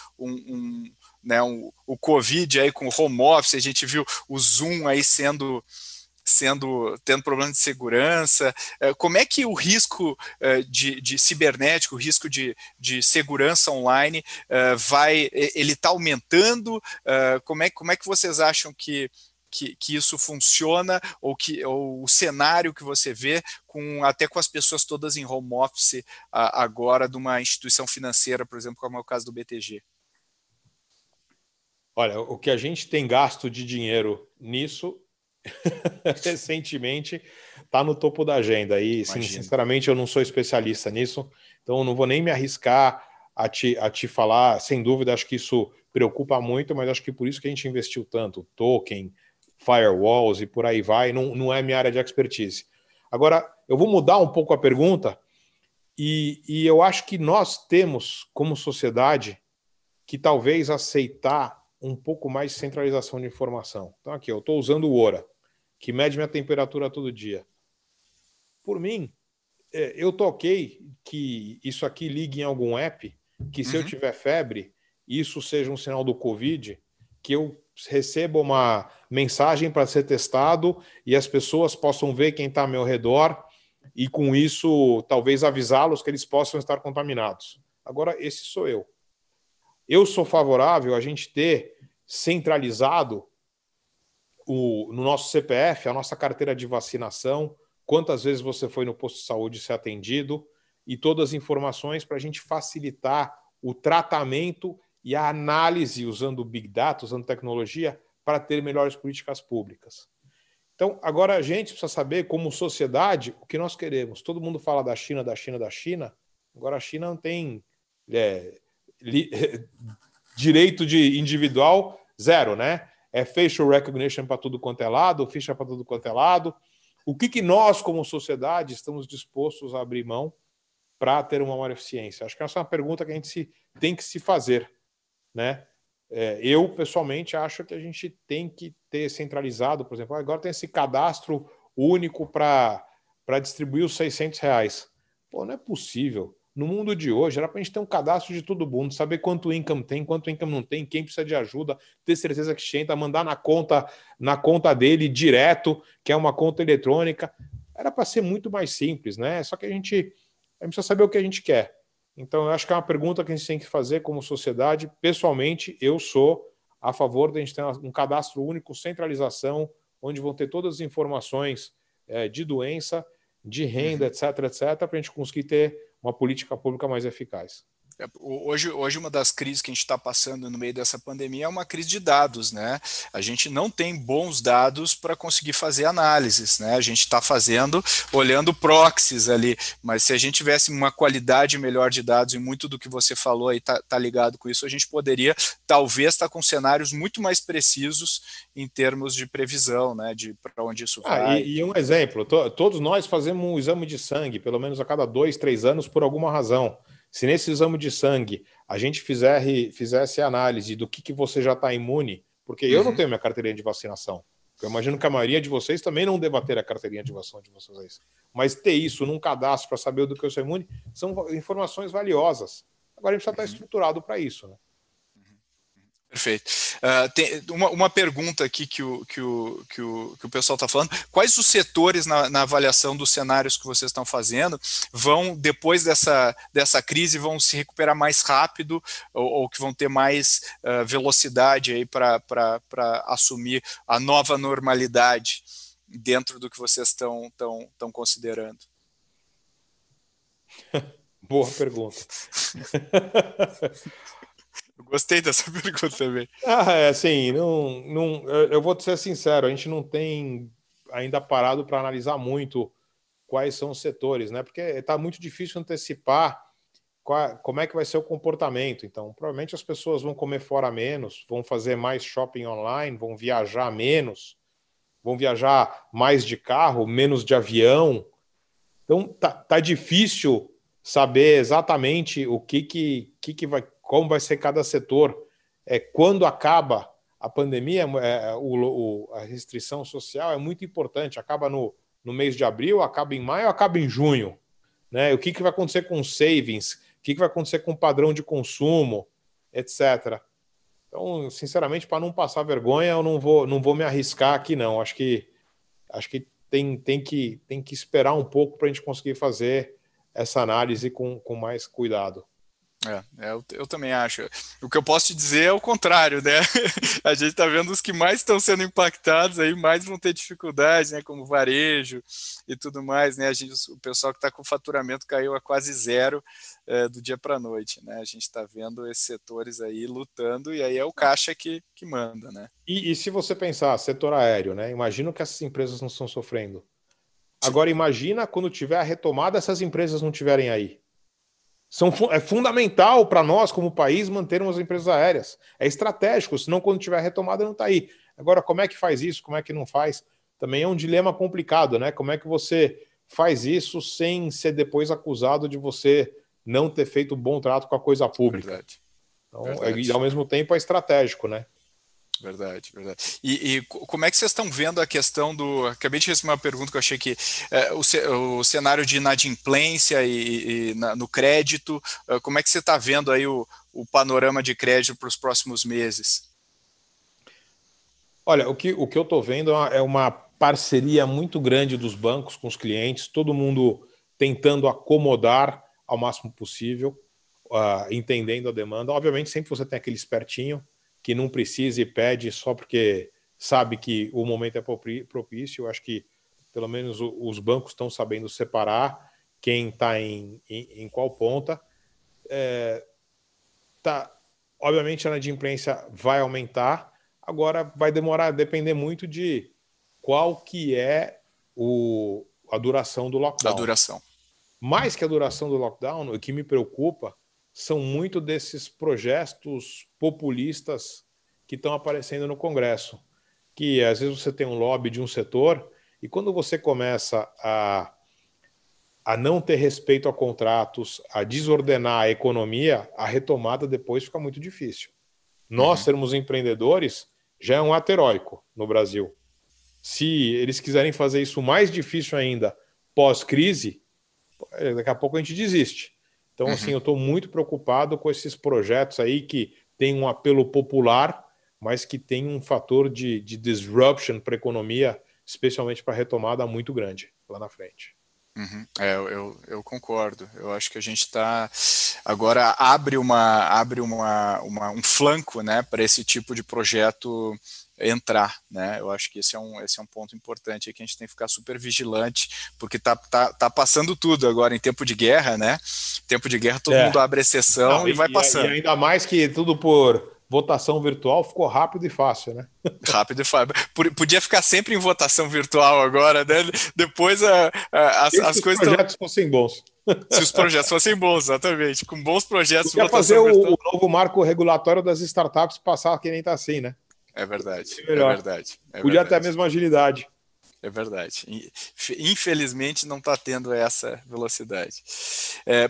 o Covid aí com o home office, a gente viu o Zoom aí tendo problemas de segurança. Como é que o risco de cibernético, o risco de segurança online ele está aumentando? Como é que vocês acham que isso funciona, ou o cenário que você vê até com as pessoas todas em home office agora de uma instituição financeira, por exemplo, como é o caso do BTG? Olha, o que a gente tem gasto de dinheiro nisso recentemente está no topo da agenda. E, sim, sinceramente, eu não sou especialista nisso, então eu não vou nem me arriscar a te falar. Sem dúvida, acho que isso preocupa muito, mas acho que por isso que a gente investiu tanto. Token, firewalls e por aí vai, não é minha área de expertise. Agora, eu vou mudar um pouco a pergunta e eu acho que nós temos, como sociedade, que talvez aceitar um pouco mais de centralização de informação. Então aqui, eu estou usando o Oura, que mede minha temperatura todo dia. Por mim, eu toquei que isso aqui ligue em algum app, que se eu tiver febre, isso seja um sinal do Covid, que eu receba uma mensagem para ser testado e as pessoas possam ver quem está ao meu redor e com isso talvez avisá-los que eles possam estar contaminados. Agora, esse sou eu. Eu sou favorável a gente ter centralizado no nosso CPF, a nossa carteira de vacinação, quantas vezes você foi no posto de saúde ser atendido e todas as informações para a gente facilitar o tratamento e a análise usando Big Data, usando tecnologia, para ter melhores políticas públicas. Então, agora a gente precisa saber, como sociedade, o que nós queremos. Todo mundo fala da China, da China, da China. Agora a China não tem direito de individual zero, né? É facial recognition para tudo quanto é lado, ficha para tudo quanto é lado. O que nós, como sociedade, estamos dispostos a abrir mão para ter uma maior eficiência? Acho que essa é uma pergunta que a gente tem que se fazer, né? Eu, pessoalmente, acho que a gente tem que ter centralizado, por exemplo, agora tem esse cadastro único para distribuir os R$600. Pô, não é possível. No mundo de hoje, era para a gente ter um cadastro de todo mundo, saber quanto income tem, quanto income não tem, quem precisa de ajuda, ter certeza que entra, mandar na conta dele direto, que é uma conta eletrônica. Era para ser muito mais simples, né? Só que a gente precisa saber o que a gente quer. Então, eu acho que é uma pergunta que a gente tem que fazer como sociedade. Pessoalmente, eu sou a favor de a gente ter um cadastro único, centralização, onde vão ter todas as informações de doença, de renda, etc., para a gente conseguir ter uma política pública mais eficaz. Hoje uma das crises que a gente está passando no meio dessa pandemia é uma crise de dados, né? A gente não tem bons dados para conseguir fazer análises, né? A gente está olhando proxies ali, mas se a gente tivesse uma qualidade melhor de dados, e muito do que você falou aí tá ligado com isso, a gente poderia talvez estar com cenários muito mais precisos em termos de previsão, né? De para onde isso vai. E um exemplo, todos nós fazemos um exame de sangue, pelo menos a cada 2, 3 anos, por alguma razão. Se nesse exame de sangue a gente fizesse análise do que você já está imune, porque eu não tenho minha carteirinha de vacinação. Eu imagino que a maioria de vocês também não deva ter a carteirinha de vacinação de vocês. Mas ter isso num cadastro para saber do que eu sou imune são informações valiosas. Agora a gente precisa estar estruturado para isso, né? Perfeito. Tem uma pergunta aqui que o pessoal está falando. Quais os setores na avaliação dos cenários que vocês estão fazendo vão, depois dessa crise, vão se recuperar mais rápido ou que vão ter mais velocidade aí para assumir a nova normalidade dentro do que vocês estão considerando? Boa pergunta. Eu gostei dessa pergunta também. Assim, eu vou te ser sincero, a gente não tem ainda parado para analisar muito quais são os setores, né? Porque está muito difícil antecipar como é que vai ser o comportamento. Então, provavelmente as pessoas vão comer fora menos, vão fazer mais shopping online, vão viajar menos, vão viajar mais de carro, menos de avião. Então, tá difícil saber exatamente o que vai, como vai ser cada setor. Quando acaba a pandemia, a restrição social é muito importante. Acaba no mês de abril, acaba em maio, acaba em junho, né? O que vai acontecer com os savings, o que vai acontecer com o padrão de consumo, etc. Então, sinceramente, para não passar vergonha, eu não vou me arriscar aqui, não. Acho que tem que esperar um pouco para a gente conseguir fazer essa análise com mais cuidado. Eu também acho. O que eu posso te dizer é o contrário, né? A gente está vendo os que mais estão sendo impactados, aí mais vão ter dificuldades, né? Como varejo e tudo mais, né? O pessoal que está com faturamento caiu a quase zero do dia para a noite, né? A gente está vendo esses setores aí lutando e aí é o caixa que manda, né? E se você pensar, setor aéreo, né? Imagina que essas empresas não estão sofrendo. Agora imagina quando tiver a retomada, essas empresas não estiverem aí. É fundamental para nós, como país, mantermos as empresas aéreas. É estratégico, senão quando tiver retomada não está aí. Agora, como é que faz isso? Como é que não faz? Também é um dilema complicado, né? Como é que você faz isso sem ser depois acusado de você não ter feito um bom trato com a coisa pública? Verdade. Então, Verdade. E ao mesmo tempo é estratégico, né? Verdade. E como é que vocês estão vendo a questão do... Acabei de receber uma pergunta que eu achei que o cenário de inadimplência no crédito, como é que você está vendo aí o panorama de crédito para os próximos meses? Olha, o que eu estou vendo é uma parceria muito grande dos bancos com os clientes, todo mundo tentando acomodar ao máximo possível, entendendo a demanda. Obviamente, sempre você tem aquele espertinho que não precisa e pede só porque sabe que o momento é propício. Eu acho que, pelo menos, os bancos estão sabendo separar quem está em qual ponta. Obviamente, a inadimplência vai aumentar. Agora, vai demorar, depender muito de qual que é a duração do lockdown. A duração. Mais que a duração do lockdown, o que me preocupa são muito desses projetos populistas que estão aparecendo no Congresso, que às vezes você tem um lobby de um setor e quando você começa a não ter respeito a contratos, a desordenar a economia, a retomada depois fica muito difícil. Nós sermos empreendedores já é um ato heróico no Brasil. Se eles quiserem fazer isso mais difícil ainda pós-crise, daqui a pouco a gente desiste. Então, assim, eu estou muito preocupado com esses projetos aí que têm um apelo popular, mas que tem um fator de disruption para a economia, especialmente para a retomada, muito grande lá na frente. Eu concordo. Eu acho que a gente está agora abre um flanco, né, para esse tipo de projeto entrar, né? Eu acho que esse é um ponto importante aí que a gente tem que ficar super vigilante, porque tá passando tudo agora em tempo de guerra, né? Tempo de guerra, todo mundo abre exceção e vai passando. E ainda mais que tudo por votação virtual ficou rápido e fácil, né? Rápido e fácil. Podia ficar sempre em votação virtual agora, né? Depois as coisas... Se os projetos fossem bons. Se os projetos fossem bons, exatamente. Com bons projetos de votação virtual. Podia fazer o novo marco regulatório das startups passar que nem tá assim, né? É verdade. Podia ter a mesma agilidade. É verdade. Infelizmente não está tendo essa velocidade.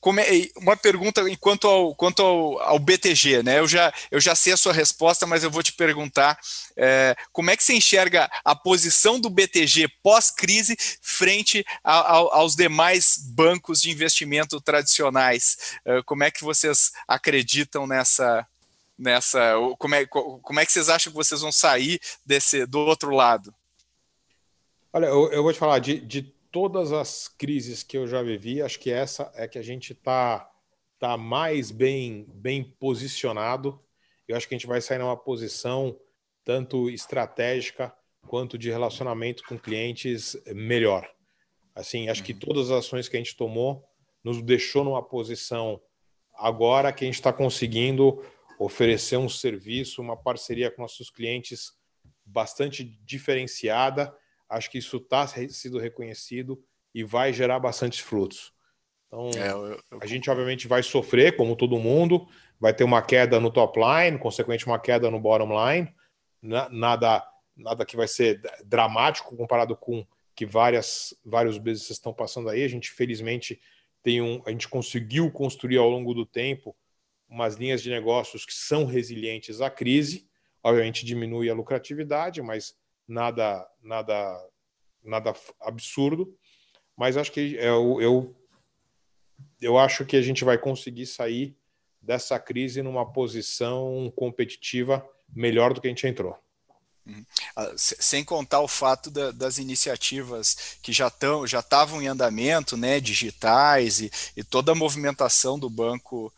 uma pergunta quanto ao BTG, né? Eu já sei a sua resposta, mas eu vou te perguntar como é que você enxerga a posição do BTG pós-crise frente aos demais bancos de investimento tradicionais? Como é que vocês acreditam como é que vocês acham que vocês vão sair do outro lado? Olha, eu vou te falar, de todas as crises que eu já vivi, acho que essa é que a gente tá mais bem posicionado. Eu acho que a gente vai sair numa posição tanto estratégica quanto de relacionamento com clientes melhor. Assim, acho que todas as ações que a gente tomou nos deixou numa posição agora que a gente está conseguindo oferecer um serviço, uma parceria com nossos clientes bastante diferenciada. Acho que isso está sendo reconhecido e vai gerar bastante frutos. Então, a gente obviamente vai sofrer, como todo mundo, vai ter uma queda no top line, consequentemente uma queda no bottom line, nada que vai ser dramático comparado com que vários businesses estão passando aí. A gente, felizmente, a gente conseguiu construir ao longo do tempo umas linhas de negócios que são resilientes à crise. Obviamente diminui a lucratividade, mas nada absurdo. Mas acho que eu acho que a gente vai conseguir sair dessa crise numa posição competitiva melhor do que a gente entrou. Sem contar o fato das iniciativas que já estavam em andamento, né, digitais e toda a movimentação do banco,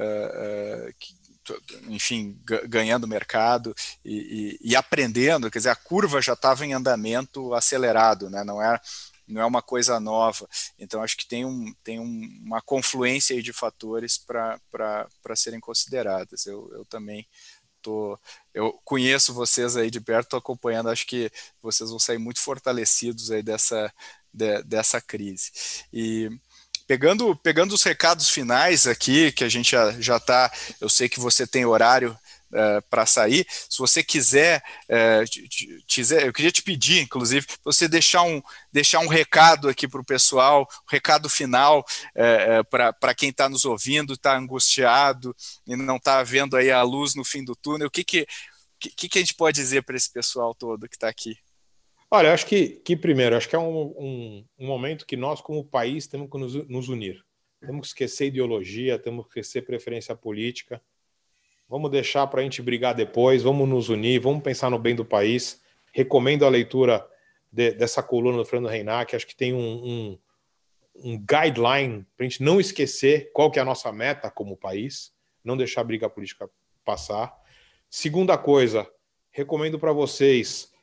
enfim, ganhando mercado e aprendendo, quer dizer, a curva já estava em andamento acelerado, né, não é uma coisa nova. Então, acho que tem uma confluência aí de fatores para serem consideradas. Eu também eu conheço vocês aí de perto, estou acompanhando, acho que vocês vão sair muito fortalecidos aí dessa crise. E pegando os recados finais aqui, que a gente já está, eu sei que você tem horário para sair, se você quiser, eu queria te pedir, inclusive, você deixar um recado aqui para o pessoal, um recado final para quem está nos ouvindo, está angustiado e não está vendo aí a luz no fim do túnel. O que a gente pode dizer para esse pessoal todo que está aqui? Olha, eu acho que primeiro, acho que é um momento que nós, como país, temos que nos unir. Temos que esquecer ideologia, temos que esquecer preferência política. Vamos deixar para a gente brigar depois, vamos nos unir, vamos pensar no bem do país. Recomendo a leitura dessa coluna do Fernando Reinach, acho que tem um guideline para a gente não esquecer qual que é a nossa meta como país, não deixar a briga política passar. Segunda coisa, recomendo para vocês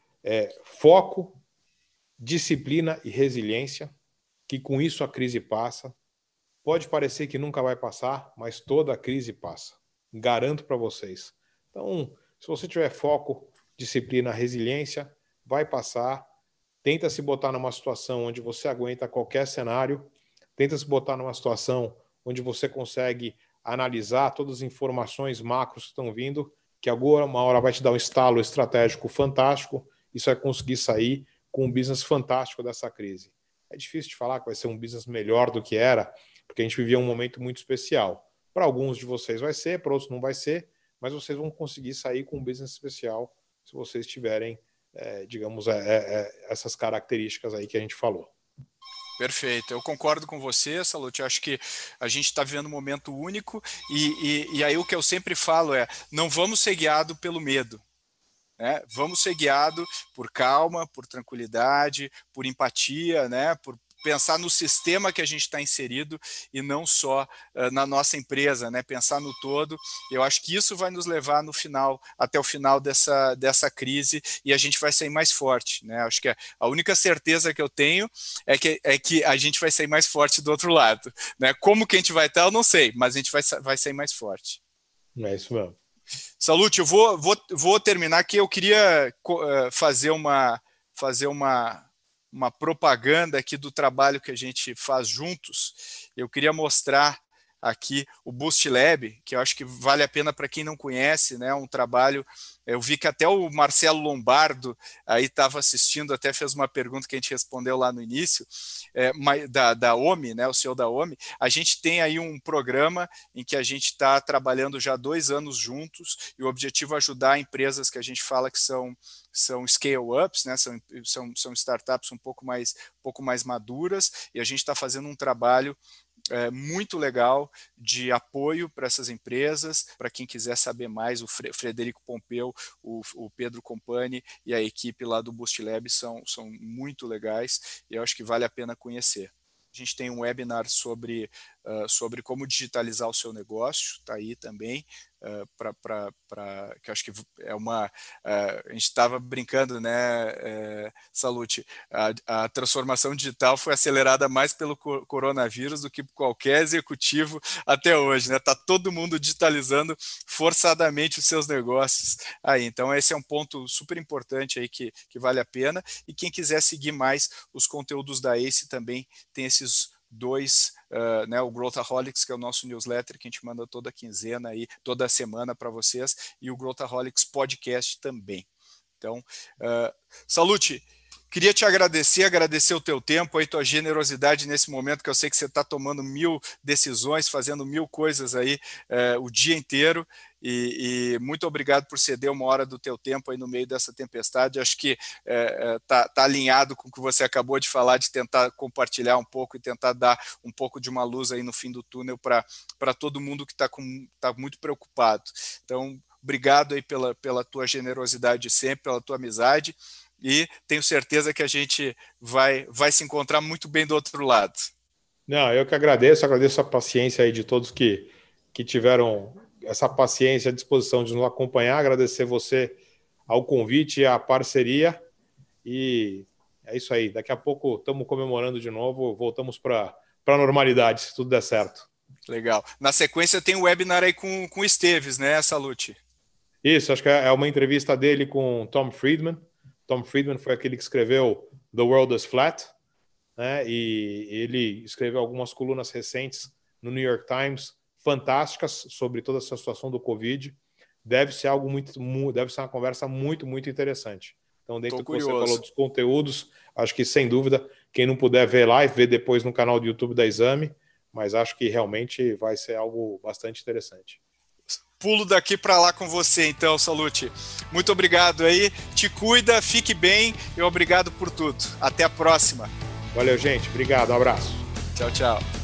foco, disciplina e resiliência, que com isso a crise passa. Pode parecer que nunca vai passar, mas toda a crise passa. Garanto para vocês. Então, se você tiver foco, disciplina, resiliência, vai passar. Tenta se botar numa situação onde você aguenta qualquer cenário. Tenta se botar numa situação onde você consegue analisar todas as informações macros que estão vindo, que agora uma hora vai te dar um estalo estratégico fantástico e você vai conseguir sair com um business fantástico dessa crise. É difícil de falar que vai ser um business melhor do que era, porque a gente vivia um momento muito especial. Para alguns de vocês vai ser, para outros não vai ser, mas vocês vão conseguir sair com um business especial se vocês tiverem, digamos, essas características aí que a gente falou. Perfeito, eu concordo com você, Salute. Eu acho que a gente está vivendo um momento único e aí o que eu sempre falo não vamos ser guiados pelo medo. Né? Vamos ser guiados por calma, por tranquilidade, por empatia, né? Por pensar no sistema que a gente está inserido e não só na nossa empresa, né? Pensar no todo. Eu acho que isso vai nos levar até o final dessa crise e a gente vai sair mais forte, né? Acho que a única certeza que eu tenho é que a gente vai sair mais forte do outro lado, né? Como que a gente vai estar, eu não sei, mas a gente vai sair mais forte. É isso mesmo. Salute, eu vou terminar aqui. Eu queria fazer uma propaganda aqui do trabalho que a gente faz juntos. Eu queria mostrar aqui o Boost Lab, que eu acho que vale a pena para quem não conhece, né? Um trabalho, eu vi que até o Marcelo Lombardo aí estava assistindo, até fez uma pergunta que a gente respondeu lá no início, da OMI, né? O CEO da OMI. A gente tem aí um programa em que a gente está trabalhando já 2 anos juntos, e o objetivo é ajudar empresas que a gente fala que são scale-ups, né? São startups um pouco mais maduras, e a gente está fazendo um trabalho muito legal de apoio para essas empresas. Para quem quiser saber mais, o Frederico Pompeu, o Pedro Compani e a equipe lá do Boost Lab são muito legais, e eu acho que vale a pena conhecer. A gente tem um webinar sobre como digitalizar o seu negócio, está aí também, que eu acho que é uma... a gente estava brincando, né, Salute? A transformação digital foi acelerada mais pelo coronavírus do que por qualquer executivo até hoje, né? Está todo mundo digitalizando forçadamente os seus negócios aí. Então, esse é um ponto super importante aí que vale a pena. E quem quiser seguir mais os conteúdos da ACE também tem esses 2, né, o Growthaholics, que é o nosso newsletter que a gente manda toda quinzena aí, toda semana para vocês, e o Growthaholics Podcast também. Então, Salute, queria te agradecer o teu tempo, aí, tua generosidade nesse momento, que eu sei que você está tomando 1000 decisões, fazendo 1000 coisas aí o dia inteiro, e muito obrigado por ceder 1 hora do teu tempo aí no meio dessa tempestade. Acho que tá alinhado com o que você acabou de falar, de tentar compartilhar um pouco e tentar dar um pouco de uma luz aí no fim do túnel para todo mundo que tá muito preocupado. Então, obrigado aí pela tua generosidade sempre, pela tua amizade, e tenho certeza que a gente vai se encontrar muito bem do outro lado. Não, eu que agradeço a paciência aí de todos que tiveram essa paciência, a disposição de nos acompanhar, agradecer você ao convite e à parceria, e é isso aí, daqui a pouco estamos comemorando de novo, voltamos para a normalidade, se tudo der certo. Legal. Na sequência tem um webinar aí com o Esteves, né, Salute? Isso, acho que é uma entrevista dele com Tom Friedman. Tom Friedman foi aquele que escreveu The World is Flat, né? E ele escreveu algumas colunas recentes no New York Times, fantásticas, sobre toda essa situação do Covid. Deve ser uma conversa muito, muito interessante. Então, dentro do que você falou dos conteúdos, acho que, sem dúvida, quem não puder ver lá e ver depois no canal do YouTube da Exame, mas acho que realmente vai ser algo bastante interessante. Pulo daqui para lá com você, então, Salute. Muito obrigado aí, te cuida, fique bem e obrigado por tudo. Até a próxima. Valeu, gente. Obrigado, um abraço. Tchau, tchau.